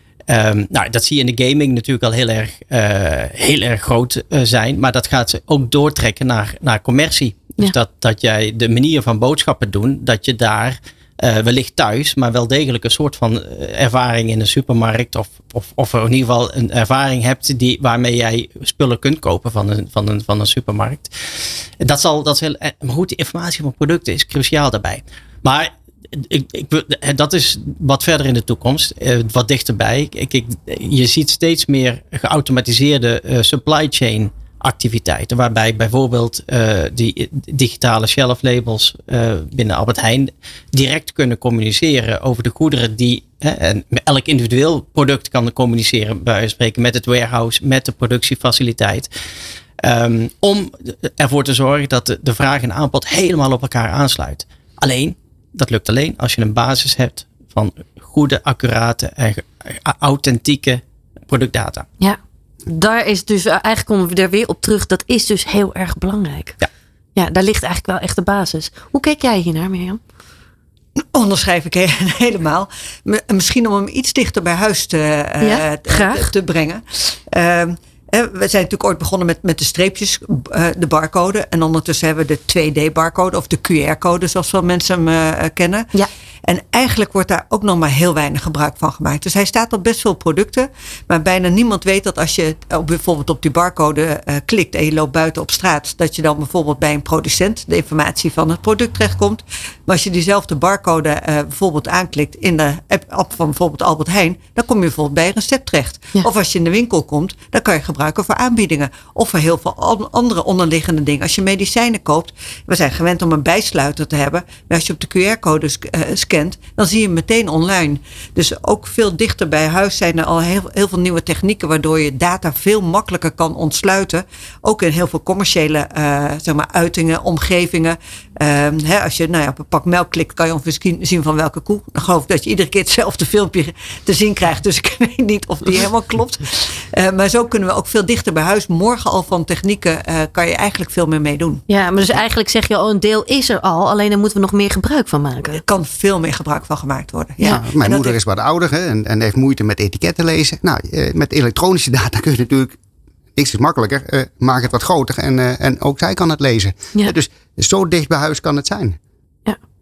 Um, nou, dat zie je in de gaming natuurlijk al heel erg, uh, heel erg groot uh, zijn. Maar dat gaat ook doortrekken naar, naar commercie. Dus ja. dat, dat jij de manier van boodschappen doen, dat je daar uh, wellicht thuis, maar wel degelijk een soort van uh, ervaring in een supermarkt of, of, of in ieder geval een ervaring hebt die, waarmee jij spullen kunt kopen van een, van een, van een supermarkt. Dat, zal, dat is heel, maar goed, de informatie van producten is cruciaal daarbij. Maar ik, ik, dat is wat verder in de toekomst, uh, wat dichterbij. Ik, ik, je ziet steeds meer geautomatiseerde uh, supply chain activiteiten, waarbij bijvoorbeeld uh, die digitale shelf labels uh, binnen Albert Heijn direct kunnen communiceren over de goederen die, hè, en elk individueel product kan communiceren, bij wijze van spreken, met het warehouse, met de productiefaciliteit. Um, om ervoor te zorgen dat de, de vraag en aanbod helemaal op elkaar aansluit. Alleen, dat lukt alleen als je een basis hebt van goede, accurate en authentieke productdata. Ja. Daar is dus, eigenlijk komen we er weer op terug, dat is dus heel erg belangrijk. Ja. Ja, daar ligt eigenlijk wel echt de basis. Hoe kijk jij hiernaar, Mirjam? Onderschrijf ik helemaal. Misschien om hem iets dichter bij huis te, ja, uh, te brengen. Uh, we zijn natuurlijk ooit begonnen met, met de streepjes, uh, de barcode. En ondertussen hebben we de twee D barcode of de Q R-code, zoals veel mensen hem uh, kennen. Ja. En eigenlijk wordt daar ook nog maar heel weinig gebruik van gemaakt. Dus hij staat op best veel producten. Maar bijna niemand weet dat als je op, bijvoorbeeld op die barcode uh, klikt en je loopt buiten op straat, dat je dan bijvoorbeeld bij een producent de informatie van het product terechtkomt. Maar als je diezelfde barcode uh, bijvoorbeeld aanklikt in de app van bijvoorbeeld Albert Heijn, dan kom je bijvoorbeeld bij een recept terecht. Ja. Of als je in de winkel komt, dan kan je gebruiken voor aanbiedingen. Of voor heel veel andere onderliggende dingen. Als je medicijnen koopt, we zijn gewend om een bijsluiter te hebben. Maar als je op de Q R-code uh, scant, dan zie je hem meteen online. Dus ook veel dichter bij huis zijn er al heel, heel veel nieuwe technieken waardoor je data veel makkelijker kan ontsluiten. Ook in heel veel commerciële uh, zeg maar uitingen, omgevingen. Uh, hè, als je nou ja, op een pak melk klikt, kan je ongeveer zien van welke koe. Dan geloof ik dat je iedere keer hetzelfde filmpje te zien krijgt. Dus ik weet niet of die helemaal klopt. Uh, maar zo kunnen we ook veel dichter bij huis. Morgen al van technieken uh, kan je eigenlijk veel meer mee doen. Ja, maar dus eigenlijk zeg je al, een deel is er al. Alleen daar moeten we nog meer gebruik van maken. Er kan veel meer gebruik van gemaakt worden. Ja. Ja, mijn moeder is wat ouder, hè, en, en heeft moeite met etiketten lezen. Nou, uh, met elektronische data kun je natuurlijk, niks is makkelijker, uh, maak het wat groter en, uh, en ook zij kan het lezen. Ja. Uh, dus zo dicht bij huis kan het zijn. Ja.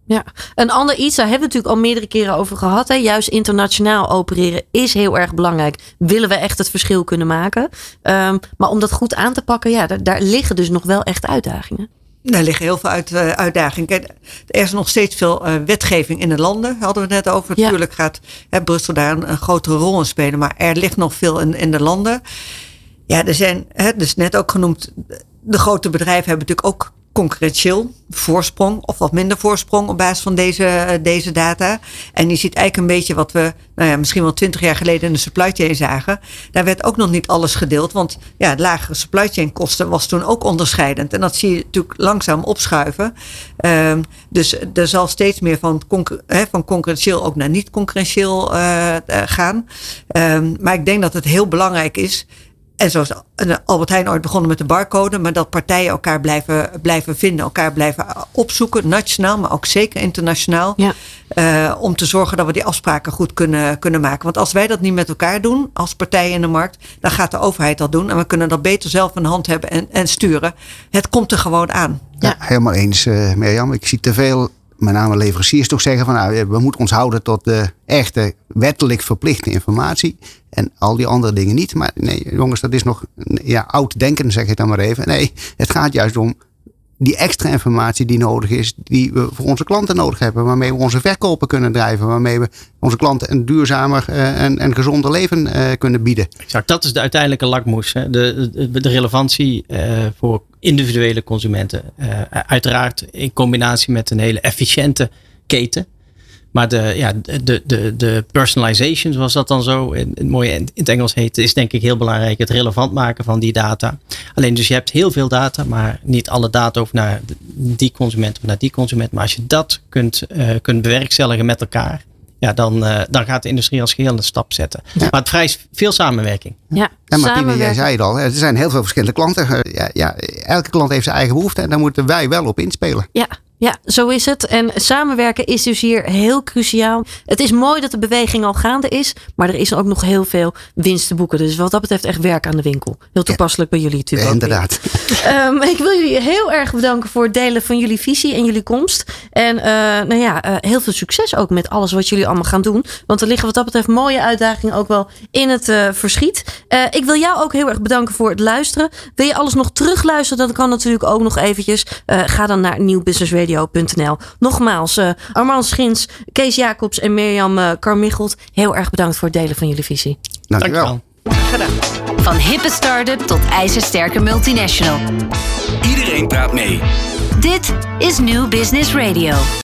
Ja, een ander iets, daar hebben we natuurlijk al meerdere keren over gehad. Hè. Juist internationaal opereren is heel erg belangrijk. Willen we echt het verschil kunnen maken. Um, maar om dat goed aan te pakken, ja, daar, daar liggen dus nog wel echt uitdagingen. Er liggen heel veel uit, uh, uitdagingen. Kijk, er is nog steeds veel uh, wetgeving in de landen. Hadden we het net over. Ja. Natuurlijk gaat hè, Brussel daar een, een grotere rol in spelen. Maar er ligt nog veel in, in de landen. Ja, er zijn, hè, dus net ook genoemd. De grote bedrijven hebben natuurlijk ook concurrentieel voorsprong of wat minder voorsprong op basis van deze, deze data. En je ziet eigenlijk een beetje wat we nou ja, misschien wel twintig jaar geleden in de supply chain zagen. Daar werd ook nog niet alles gedeeld, want ja, lagere supply chain kosten was toen ook onderscheidend. En dat zie je natuurlijk langzaam opschuiven. Um, dus er zal steeds meer van, concur- hè, van concurrentieel ook naar niet concurrentieel uh, gaan. Um, maar ik denk dat het heel belangrijk is. En zoals Albert Heijn ooit begonnen met de barcode. Maar dat partijen elkaar blijven, blijven vinden. Elkaar blijven opzoeken. Nationaal, maar ook zeker internationaal. Ja. Uh, om te zorgen dat we die afspraken goed kunnen, kunnen maken. Want als wij dat niet met elkaar doen. Als partijen in de markt. Dan gaat de overheid dat doen. En we kunnen dat beter zelf in de hand hebben en, en sturen. Het komt er gewoon aan. Ja, ja helemaal eens uh, Mirjam. Ik zie te veel. Met name leveranciers toch zeggen van nou, we moeten ons houden tot de echte wettelijk verplichte informatie. En al die andere dingen niet. Maar nee, jongens, dat is nog ja, oud denken, zeg ik dan maar even. Nee, het gaat juist om die extra informatie die nodig is. Die we voor onze klanten nodig hebben. Waarmee we onze verkopen kunnen drijven. Waarmee we onze klanten een duurzamer uh, en, en gezonder leven uh, kunnen bieden. Exact, dat is de uiteindelijke lakmoes. Hè? De, de, de relevantie uh, voor individuele consumenten. Uh, uiteraard in combinatie met een hele efficiënte keten. Maar de, ja, de, de, de personalization, zoals dat dan zo in, in, mooi in het Engels heet, is denk ik heel belangrijk. Het relevant maken van die data. Alleen dus je hebt heel veel data, maar niet alle data over naar die consument of naar die consument. Maar als je dat kunt, uh, kunt bewerkstelligen met elkaar, ja, dan, uh, dan gaat de industrie als geheel een stap zetten. Ja. Maar het vereist veel samenwerking. Ja, en Martine, jij zei het al, er zijn heel veel verschillende klanten. Ja, ja, elke klant heeft zijn eigen behoefte en daar moeten wij wel op inspelen. Ja. Ja, zo is het. En samenwerken is dus hier heel cruciaal. Het is mooi dat de beweging al gaande is. Maar er is ook nog heel veel winst te boeken. Dus wat dat betreft echt werk aan de winkel. Heel toepasselijk ja, bij jullie natuurlijk. Inderdaad. Um, ik wil jullie heel erg bedanken voor het delen van jullie visie en jullie komst. En uh, nou ja, uh, heel veel succes ook met alles wat jullie allemaal gaan doen. Want er liggen wat dat betreft mooie uitdagingen ook wel in het uh, verschiet. Uh, ik wil jou ook heel erg bedanken voor het luisteren. Wil je alles nog terugluisteren? Dat kan natuurlijk ook nog eventjes. Uh, ga dan naar Nieuw Business Radio. punt n l. Nogmaals, uh, Armand Schins, Kees Jacobs en Mirjam uh, Carmichelt. Heel erg bedankt voor het delen van jullie visie. Dankjewel. Gedaan. Van hippe start-up tot ijzersterke multinational. Iedereen praat mee. Dit is Nieuw Business Radio.